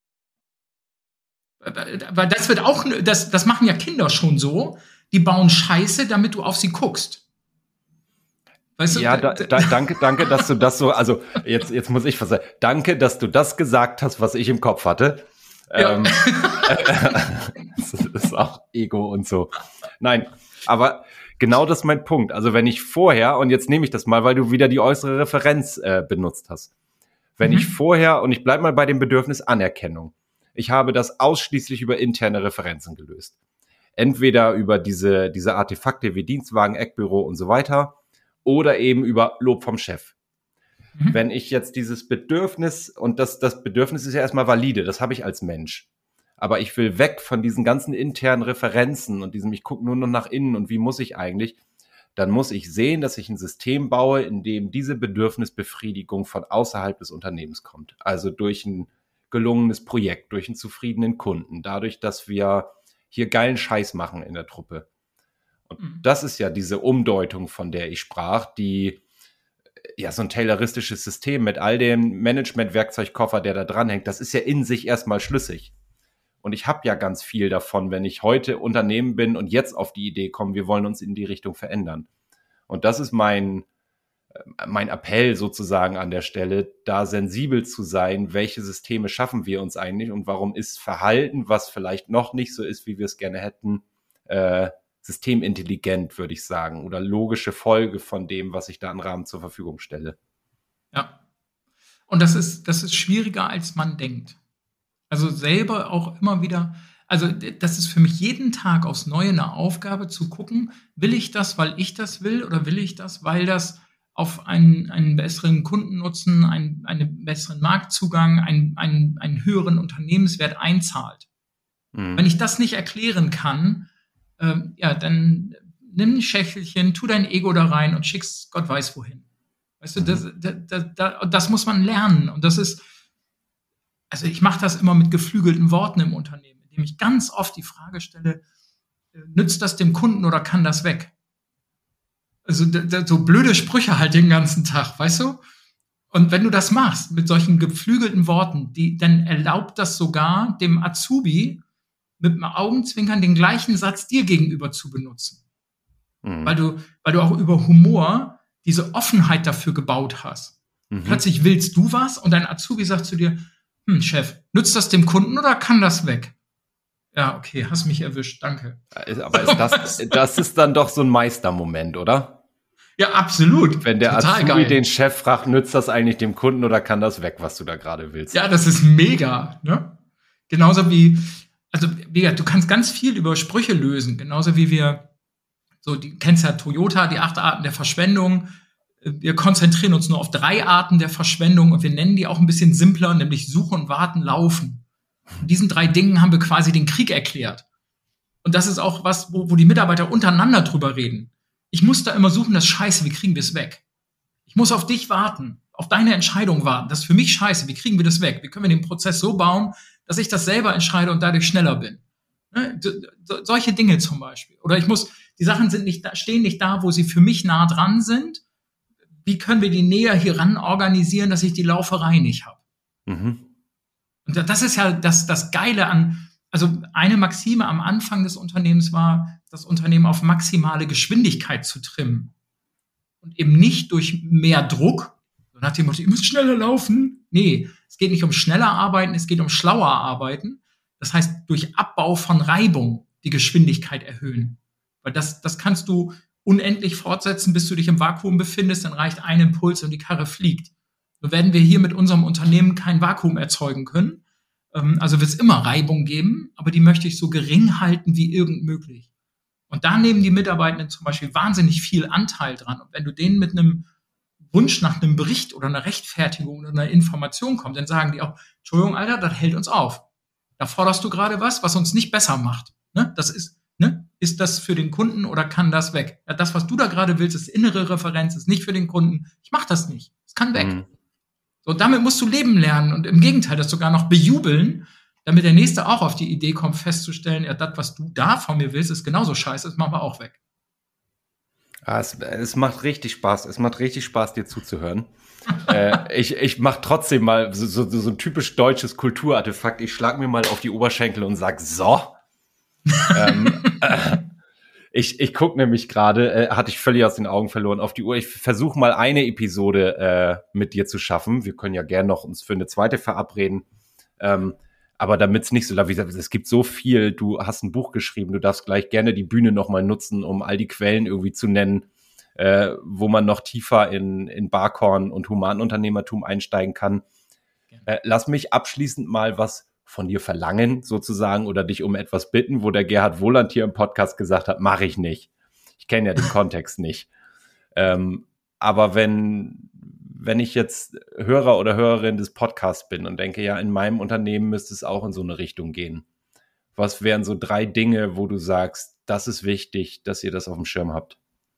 Speaker 3: Weil das machen ja Kinder schon so, die bauen Scheiße, damit du auf sie guckst. Weißt du?
Speaker 1: Ja, danke, dass du das so, also jetzt muss ich verzeihen, danke, dass du das gesagt hast, was ich im Kopf hatte. Ja. Das ist auch Ego und so. Nein, aber genau das ist mein Punkt. Also wenn ich vorher, und jetzt nehme ich das mal, weil du wieder die äußere Referenz benutzt hast. Wenn ich vorher, und ich bleibe mal bei dem Bedürfnis Anerkennung, ich habe das ausschließlich über interne Referenzen gelöst. Entweder über diese Artefakte wie Dienstwagen, Eckbüro und so weiter oder eben über Lob vom Chef. Wenn ich jetzt dieses Bedürfnis, und das Bedürfnis ist ja erstmal valide, das habe ich als Mensch, aber ich will weg von diesen ganzen internen Referenzen und diesem, ich gucke nur noch nach innen und wie muss ich eigentlich, dann muss ich sehen, dass ich ein System baue, in dem diese Bedürfnisbefriedigung von außerhalb des Unternehmens kommt. Also durch ein gelungenes Projekt, durch einen zufriedenen Kunden, dadurch, dass wir hier geilen Scheiß machen in der Truppe. Und das ist ja diese Umdeutung, von der ich sprach, die ja so ein tayloristisches System mit all dem Management-Werkzeugkoffer, der da dranhängt, das ist ja in sich erstmal schlüssig. Und ich habe ja ganz viel davon, wenn ich heute Unternehmen bin und jetzt auf die Idee komme, wir wollen uns in die Richtung verändern. Und das ist mein Appell sozusagen an der Stelle, da sensibel zu sein, welche Systeme schaffen wir uns eigentlich und warum ist Verhalten, was vielleicht noch nicht so ist, wie wir es gerne hätten, systemintelligent, würde ich sagen, oder logische Folge von dem, was ich da an Rahmen zur Verfügung stelle.
Speaker 3: Ja. Und das ist schwieriger, als man denkt. Also selber auch immer wieder, also das ist für mich jeden Tag aufs Neue eine Aufgabe zu gucken, will ich das, weil ich das will, oder will ich das, weil das auf einen besseren Kundennutzen, einen besseren Marktzugang, einen höheren Unternehmenswert einzahlt. Wenn ich das nicht erklären kann, dann nimm ein Schächelchen, tu dein Ego da rein und schick's Gott weiß wohin. Weißt du, das muss man lernen. Und das ist, also ich mache das immer mit geflügelten Worten im Unternehmen, indem ich ganz oft die Frage stelle, nützt das dem Kunden oder kann das weg? Also so blöde Sprüche halt den ganzen Tag, weißt du? Und wenn du das machst mit solchen geflügelten Worten, dann erlaubt das sogar dem Azubi mit dem Augenzwinkern den gleichen Satz dir gegenüber zu benutzen. Weil du auch über Humor diese Offenheit dafür gebaut hast. Plötzlich willst du was und dein Azubi sagt zu dir, Chef, nützt das dem Kunden oder kann das weg? Ja, okay, hast mich erwischt, danke.
Speaker 1: Aber das ist dann doch so ein Meistermoment, oder?
Speaker 3: Ja, absolut.
Speaker 1: Wenn der Azubi den Chef fragt, nützt das eigentlich dem Kunden oder kann das weg, was du da gerade willst?
Speaker 3: Ja, das ist mega, ne? Genauso wie, also du kannst ganz viel über Sprüche lösen, genauso wie wir, so, du kennst ja Toyota, die 8 Arten der Verschwendung. Wir konzentrieren uns nur auf 3 Arten der Verschwendung und wir nennen die auch ein bisschen simpler, nämlich Suchen, Warten, Laufen. Und diesen 3 Dingen haben wir quasi den Krieg erklärt. Und das ist auch was, wo die Mitarbeiter untereinander drüber reden. Ich muss da immer suchen, das ist scheiße, wie kriegen wir es weg? Ich muss auf dich warten, auf deine Entscheidung warten. Das ist für mich scheiße, wie kriegen wir das weg? Wie können wir den Prozess so bauen, dass ich das selber entscheide und dadurch schneller bin? Ne? Solche Dinge zum Beispiel. Oder die Sachen stehen nicht da, wo sie für mich nah dran sind. Wie können wir die näher hier ran organisieren, dass ich die Lauferei nicht habe? Und das ist ja das Geile an, also eine Maxime am Anfang des Unternehmens war, das Unternehmen auf maximale Geschwindigkeit zu trimmen. Und eben nicht durch mehr Druck, so nach dem Motto, ihr müsst schneller laufen. Nee, es geht nicht um schneller arbeiten, es geht um schlauer arbeiten. Das heißt, durch Abbau von Reibung die Geschwindigkeit erhöhen. Weil das kannst du unendlich fortsetzen, bis du dich im Vakuum befindest, dann reicht ein Impuls und die Karre fliegt. So werden wir hier mit unserem Unternehmen kein Vakuum erzeugen können. Also wird es immer Reibung geben, aber die möchte ich so gering halten wie irgend möglich. Und da nehmen die Mitarbeitenden zum Beispiel wahnsinnig viel Anteil dran. Und wenn du denen mit einem Wunsch nach einem Bericht oder einer Rechtfertigung oder einer Information kommst, dann sagen die auch, Entschuldigung, Alter, das hält uns auf. Da forderst du gerade was uns nicht besser macht. Ne? Das ist, ne? Ist das für den Kunden oder kann das weg? Ja, das, was du da gerade willst, ist innere Referenz, ist nicht für den Kunden. Ich mach das nicht. Es kann weg. So, damit musst du leben lernen und im Gegenteil das sogar noch bejubeln, damit der Nächste auch auf die Idee kommt, festzustellen, ja, das, was du da von mir willst, ist genauso scheiße, das machen wir auch weg.
Speaker 1: Ja, es macht richtig Spaß. Es macht richtig Spaß, dir zuzuhören. Ich mache trotzdem mal so ein typisch deutsches Kulturartefakt. Ich schlag mir mal auf die Oberschenkel und sag, so. Ich gucke nämlich gerade, hatte ich völlig aus den Augen verloren, auf die Uhr. Ich versuche mal eine Episode mit dir zu schaffen. Wir können ja gerne noch uns für eine zweite verabreden. Aber damit es nicht so lang, wie gesagt, es gibt so viel, du hast ein Buch geschrieben, du darfst gleich gerne die Bühne nochmal nutzen, um all die Quellen irgendwie zu nennen, wo man noch tiefer in Barkhorn und Humanunternehmertum einsteigen kann. Lass mich abschließend mal was von dir verlangen, sozusagen, oder dich um etwas bitten, wo der Gerhard Wohland hier im Podcast gesagt hat, mache ich nicht. Ich kenne ja den Kontext nicht. Aber wenn ich jetzt Hörer oder Hörerin des Podcasts bin und denke, ja, in meinem Unternehmen müsste es auch in so eine Richtung gehen. Was wären so 3 Dinge, wo du sagst, das ist wichtig, dass ihr das auf dem Schirm habt?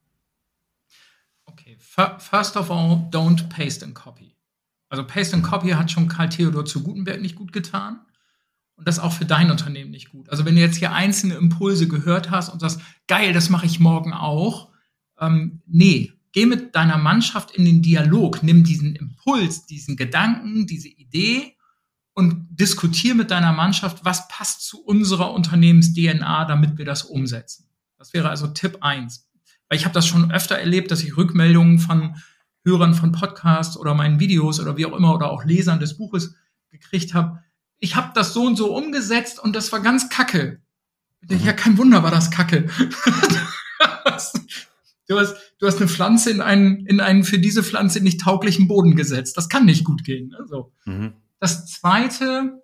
Speaker 3: Okay, first of all, don't paste and copy. Also Paste and Copy hat schon Karl Theodor zu Gutenberg nicht gut getan. Und das auch für dein Unternehmen nicht gut. Also wenn du jetzt hier einzelne Impulse gehört hast und sagst, geil, das mache ich morgen auch. Nee, geh mit deiner Mannschaft in den Dialog. Nimm diesen Impuls, diesen Gedanken, diese Idee und diskutier mit deiner Mannschaft, was passt zu unserer Unternehmens-DNA, damit wir das umsetzen. Das wäre also Tipp 1. Weil ich habe das schon öfter erlebt, dass ich Rückmeldungen von Hörern von Podcasts oder meinen Videos oder wie auch immer oder auch Lesern des Buches gekriegt habe. Ich habe das so und so umgesetzt und das war ganz kacke. Ja, kein Wunder war das kacke. Du hast eine Pflanze in einen für diese Pflanze nicht tauglichen Boden gesetzt. Das kann nicht gut gehen. Also, Das Zweite,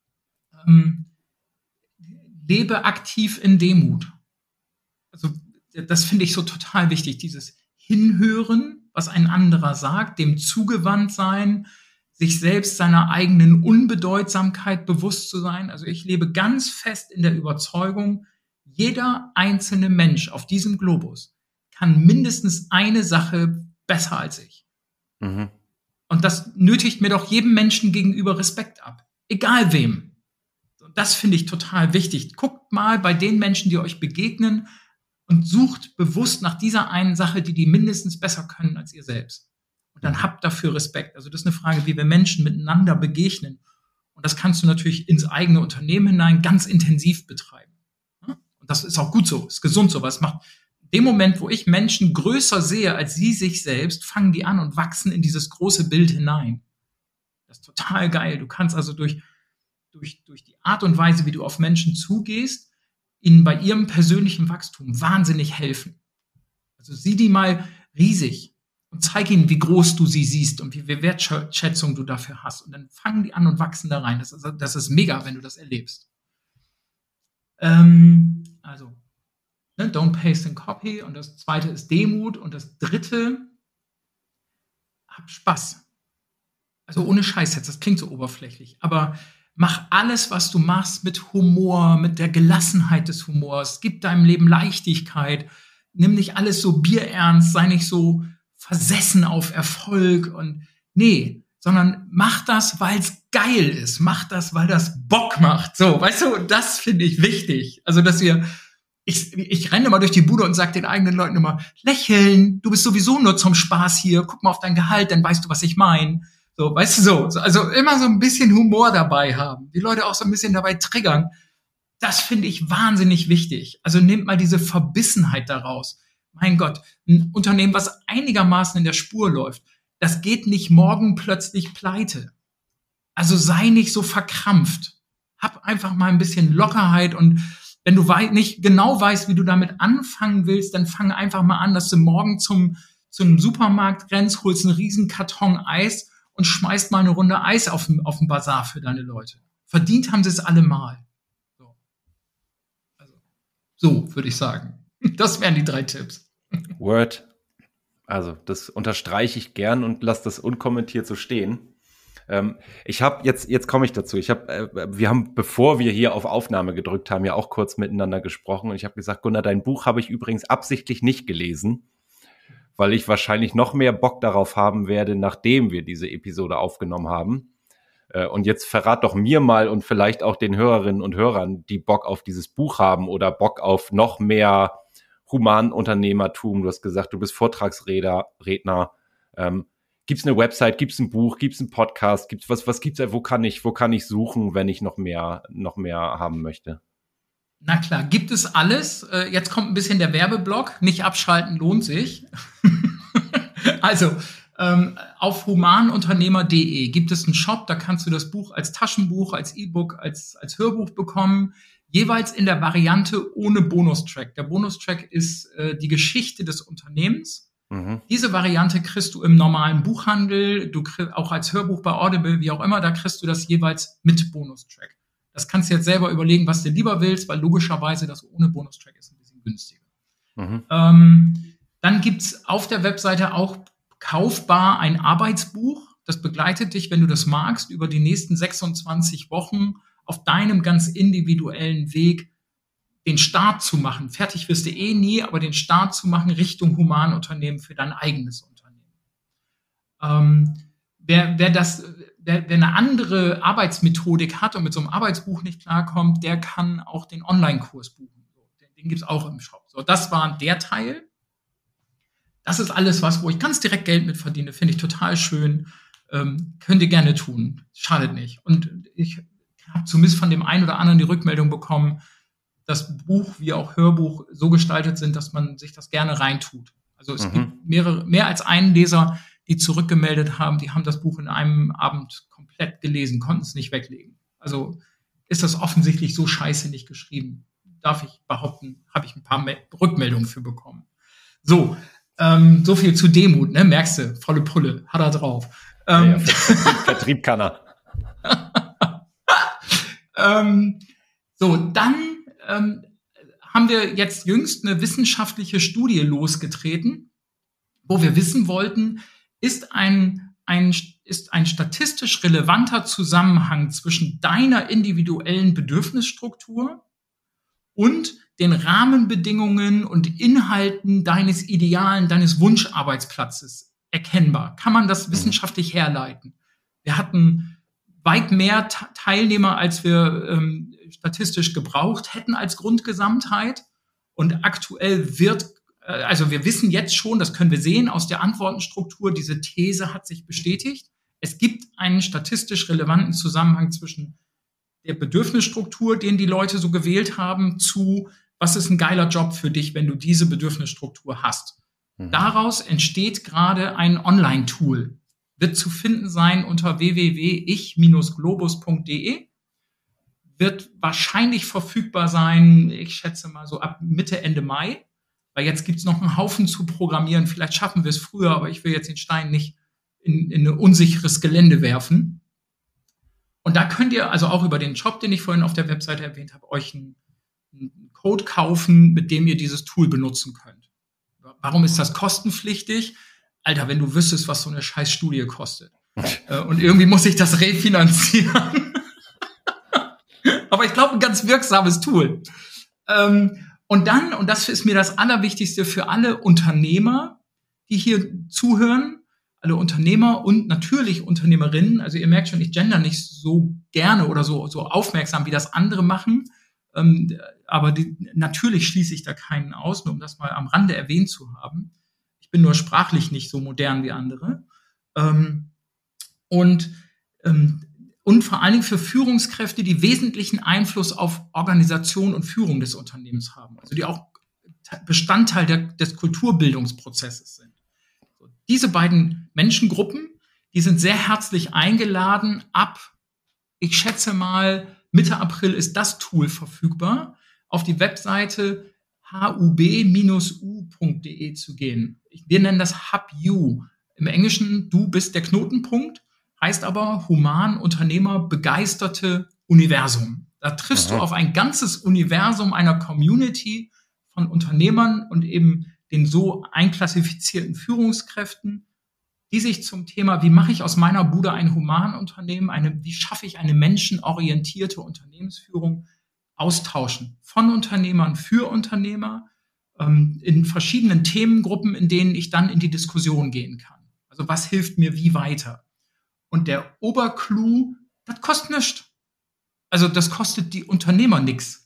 Speaker 3: lebe aktiv in Demut. Also das finde ich so total wichtig, dieses Hinhören, was ein anderer sagt, dem zugewandt sein, sich selbst seiner eigenen Unbedeutsamkeit bewusst zu sein. Also ich lebe ganz fest in der Überzeugung, jeder einzelne Mensch auf diesem Globus kann mindestens eine Sache besser als ich. Und das nötigt mir doch jedem Menschen gegenüber Respekt ab. Egal wem. Und das finde ich total wichtig. Guckt mal bei den Menschen, die euch begegnen und sucht bewusst nach dieser einen Sache, die mindestens besser können als ihr selbst. Und dann habt dafür Respekt. Also das ist eine Frage, wie wir Menschen miteinander begegnen. Und das kannst du natürlich ins eigene Unternehmen hinein ganz intensiv betreiben. Und das ist auch gut so, ist gesund so. Was macht in dem Moment, wo ich Menschen größer sehe als sie sich selbst, fangen die an und wachsen in dieses große Bild hinein. Das ist total geil. Du kannst also durch die Art und Weise, wie du auf Menschen zugehst, ihnen bei ihrem persönlichen Wachstum wahnsinnig helfen. Also sieh die mal riesig. Und zeig ihnen, wie groß du sie siehst und wie viel Wertschätzung du dafür hast. Und dann fangen die an und wachsen da rein. Das ist mega, wenn du das erlebst. Don't paste and copy. Und das Zweite ist Demut. Und das Dritte, hab Spaß. Also ohne Scheiß jetzt, das klingt so oberflächlich. Aber mach alles, was du machst, mit Humor, mit der Gelassenheit des Humors. Gib deinem Leben Leichtigkeit. Nimm nicht alles so bierernst. Sei nicht so versessen auf Erfolg und nee, sondern mach das, weil es geil ist. Mach das, weil das Bock macht. So, weißt du, das finde ich wichtig. Also, dass ich renne mal durch die Bude und sag den eigenen Leuten immer, lächeln, du bist sowieso nur zum Spaß hier, guck mal auf dein Gehalt, dann weißt du, was ich meine. So, weißt du, so. Also immer so ein bisschen Humor dabei haben. Die Leute auch so ein bisschen dabei triggern. Das finde ich wahnsinnig wichtig. Also nehmt mal diese Verbissenheit daraus. Mein Gott, ein Unternehmen, was einigermaßen in der Spur läuft, das geht nicht morgen plötzlich pleite. Also sei nicht so verkrampft. Hab einfach mal ein bisschen Lockerheit und wenn du nicht genau weißt, wie du damit anfangen willst, dann fang einfach mal an, dass du morgen zum Supermarkt rennst, holst einen riesen Karton Eis und schmeißt mal eine Runde Eis auf den Bazar für deine Leute. Verdient haben sie es alle mal. So würde ich sagen. Das wären die 3 Tipps.
Speaker 1: Word. Also das unterstreiche ich gern und lasse das unkommentiert so stehen. Ich habe jetzt komme ich dazu. Wir haben, bevor wir hier auf Aufnahme gedrückt haben, ja auch kurz miteinander gesprochen und ich habe gesagt, Gunnar, dein Buch habe ich übrigens absichtlich nicht gelesen, weil ich wahrscheinlich noch mehr Bock darauf haben werde, nachdem wir diese Episode aufgenommen haben. Und jetzt verrat doch mir mal und vielleicht auch den Hörerinnen und Hörern, die Bock auf dieses Buch haben oder Bock auf noch mehr Humanunternehmertum. Du hast gesagt, du bist Vortragsredner. Gibt's eine Website, gibt's ein Buch, gibt's einen Podcast, was gibt's da? Wo kann ich suchen, wenn ich noch mehr haben möchte?
Speaker 3: Na klar, gibt es alles. Jetzt kommt ein bisschen der Werbeblock. Nicht abschalten lohnt sich. Also, auf humanunternehmer.de gibt es einen Shop, da kannst du das Buch als Taschenbuch, als E-Book, als Hörbuch bekommen, jeweils in der Variante ohne Bonustrack. Der Bonustrack ist die Geschichte des Unternehmens Diese Variante kriegst du im normalen Buchhandel, du kriegst auch als Hörbuch bei Audible, wie auch immer, da kriegst du das jeweils mit Bonustrack. Das kannst du jetzt selber überlegen, was du lieber willst, weil logischerweise das ohne Bonustrack ist ein bisschen günstiger. Dann gibt's auf der Webseite auch kaufbar ein Arbeitsbuch. Das begleitet dich, wenn du das magst, über die nächsten 26 Wochen auf deinem ganz individuellen Weg den Start zu machen. Fertig wirst du nie, aber den Start zu machen Richtung Humanunternehmen für dein eigenes Unternehmen. Wer eine andere Arbeitsmethodik hat und mit so einem Arbeitsbuch nicht klarkommt, der kann auch den Online-Kurs buchen. Den gibt's auch im Shop. So, das war der Teil. Das ist alles wo ich ganz direkt Geld mit verdiene. Finde ich total schön. Könnt ihr gerne tun. Schadet nicht. Und ich habe zumindest von dem einen oder anderen die Rückmeldung bekommen, dass Buch wie auch Hörbuch so gestaltet sind, dass man sich das gerne reintut. Also es gibt mehr als einen Leser, die zurückgemeldet haben, die haben das Buch in einem Abend komplett gelesen, konnten es nicht weglegen. Also ist das offensichtlich so scheiße nicht geschrieben. Darf ich behaupten, habe ich ein paar Rückmeldungen für bekommen. So viel zu Demut, ne? Merkst du, volle Pulle, hat er drauf.
Speaker 1: Vertrieb kann er.
Speaker 3: Dann haben wir jetzt jüngst eine wissenschaftliche Studie losgetreten, wo wir wissen wollten, ist ein statistisch relevanter Zusammenhang zwischen deiner individuellen Bedürfnisstruktur und den Rahmenbedingungen und Inhalten deines Wunscharbeitsplatzes erkennbar? Kann man das wissenschaftlich herleiten? Wir hatten weit mehr Teilnehmer, als wir statistisch gebraucht hätten als Grundgesamtheit. Und aktuell wir wissen jetzt schon, das können wir sehen aus der Antwortenstruktur, diese These hat sich bestätigt. Es gibt einen statistisch relevanten Zusammenhang zwischen der Bedürfnisstruktur, den die Leute so gewählt haben, zu was ist ein geiler Job für dich, wenn du diese Bedürfnisstruktur hast. Daraus entsteht gerade ein Online-Tool. Wird zu finden sein unter www.ich-globus.de. Wird wahrscheinlich verfügbar sein, ich schätze mal so ab Mitte, Ende Mai. Weil jetzt gibt's noch einen Haufen zu programmieren. Vielleicht schaffen wir es früher, aber ich will jetzt den Stein nicht in ein unsicheres Gelände werfen. Und da könnt ihr also auch über den Shop, den ich vorhin auf der Webseite erwähnt habe, euch einen Code kaufen, mit dem ihr dieses Tool benutzen könnt. Warum ist das kostenpflichtig? Alter, wenn du wüsstest, was so eine scheiß Studie kostet. Und irgendwie muss ich das refinanzieren. Aber ich glaube, ein ganz wirksames Tool. Und das ist mir das Allerwichtigste für alle Unternehmer, die hier zuhören, alle Unternehmer und natürlich Unternehmerinnen. Also ihr merkt schon, ich gender nicht so gerne oder so aufmerksam, wie das andere machen. Aber natürlich schließe ich da keinen aus, nur um das mal am Rande erwähnt zu haben. Ich bin nur sprachlich nicht so modern wie andere. Und vor allen Dingen für Führungskräfte, die wesentlichen Einfluss auf Organisation und Führung des Unternehmens haben. Also die auch Bestandteil des Kulturbildungsprozesses sind. So, diese beiden Menschengruppen, die sind sehr herzlich eingeladen. Ich schätze mal, Mitte April ist das Tool verfügbar, auf die Webseite hub-u.de zu gehen. Wir nennen das Hub You. Im Englischen, du bist der Knotenpunkt, heißt aber Human, Unternehmer, begeisterte Universum. Da triffst du auf ein ganzes Universum einer Community von Unternehmern und eben den so einklassifizierten Führungskräften, die sich zum Thema, wie mache ich aus meiner Bude ein Humanunternehmen, wie schaffe ich eine menschenorientierte Unternehmensführung, austauschen. Von Unternehmern für Unternehmer, in verschiedenen Themengruppen, in denen ich dann in die Diskussion gehen kann. Also was hilft mir wie weiter? Und der Oberclou, das kostet nichts. Also das kostet die Unternehmer nix.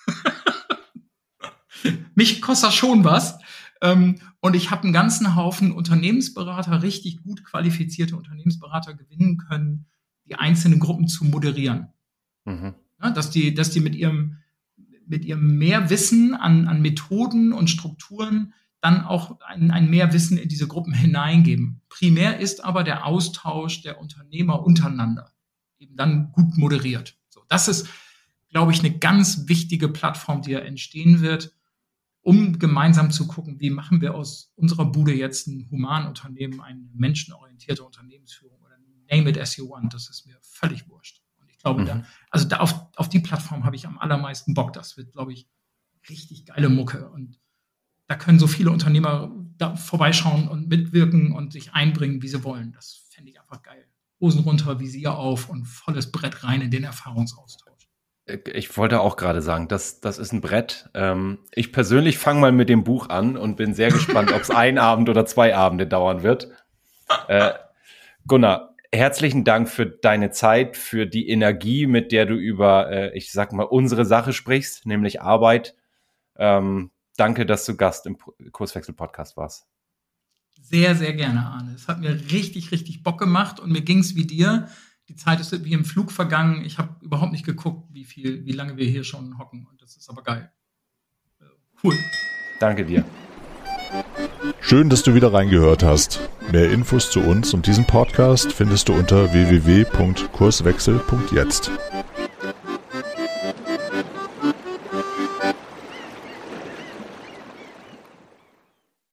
Speaker 3: Mich kostet das schon was. Und ich habe einen ganzen Haufen Unternehmensberater, richtig gut qualifizierte Unternehmensberater gewinnen können, die einzelnen Gruppen zu moderieren. Ja, dass die mit ihrem Mehrwissen an Methoden und Strukturen dann auch ein Mehrwissen in diese Gruppen hineingeben. Primär ist aber der Austausch der Unternehmer untereinander eben dann gut moderiert. So, das ist, glaube ich, eine ganz wichtige Plattform, die da entstehen wird. um gemeinsam zu gucken, wie machen wir aus unserer Bude jetzt ein Humanunternehmen, eine menschenorientierte Unternehmensführung oder name it as you want, das ist mir völlig wurscht. Und ich glaube, auf die Plattform habe ich am allermeisten Bock. Das wird, glaube ich, richtig geile Mucke. Und da können so viele Unternehmer da vorbeischauen und mitwirken und sich einbringen, wie sie wollen. Das fände ich einfach geil. Hosen runter, Visier auf und volles Brett rein in den Erfahrungsaustausch.
Speaker 1: Ich wollte auch gerade sagen, das ist ein Brett. Ich persönlich fange mal mit dem Buch an und bin sehr gespannt, ob es 1 Abend oder 2 Abende dauern wird. Gunnar, herzlichen Dank für deine Zeit, für die Energie, mit der du über, ich sag mal, unsere Sache sprichst, nämlich Arbeit. Danke, dass du Gast im Kurswechsel-Podcast warst.
Speaker 3: Sehr, sehr gerne, Arne. Es hat mir richtig, richtig Bock gemacht und mir ging es wie dir. Die Zeit ist wie im Flug vergangen. Ich habe überhaupt nicht geguckt, wie lange wir hier schon hocken. Und das ist aber geil. Cool.
Speaker 1: Danke dir.
Speaker 2: Schön, dass du wieder reingehört hast. Mehr Infos zu uns und diesem Podcast findest du unter www.kurswechsel.jetzt.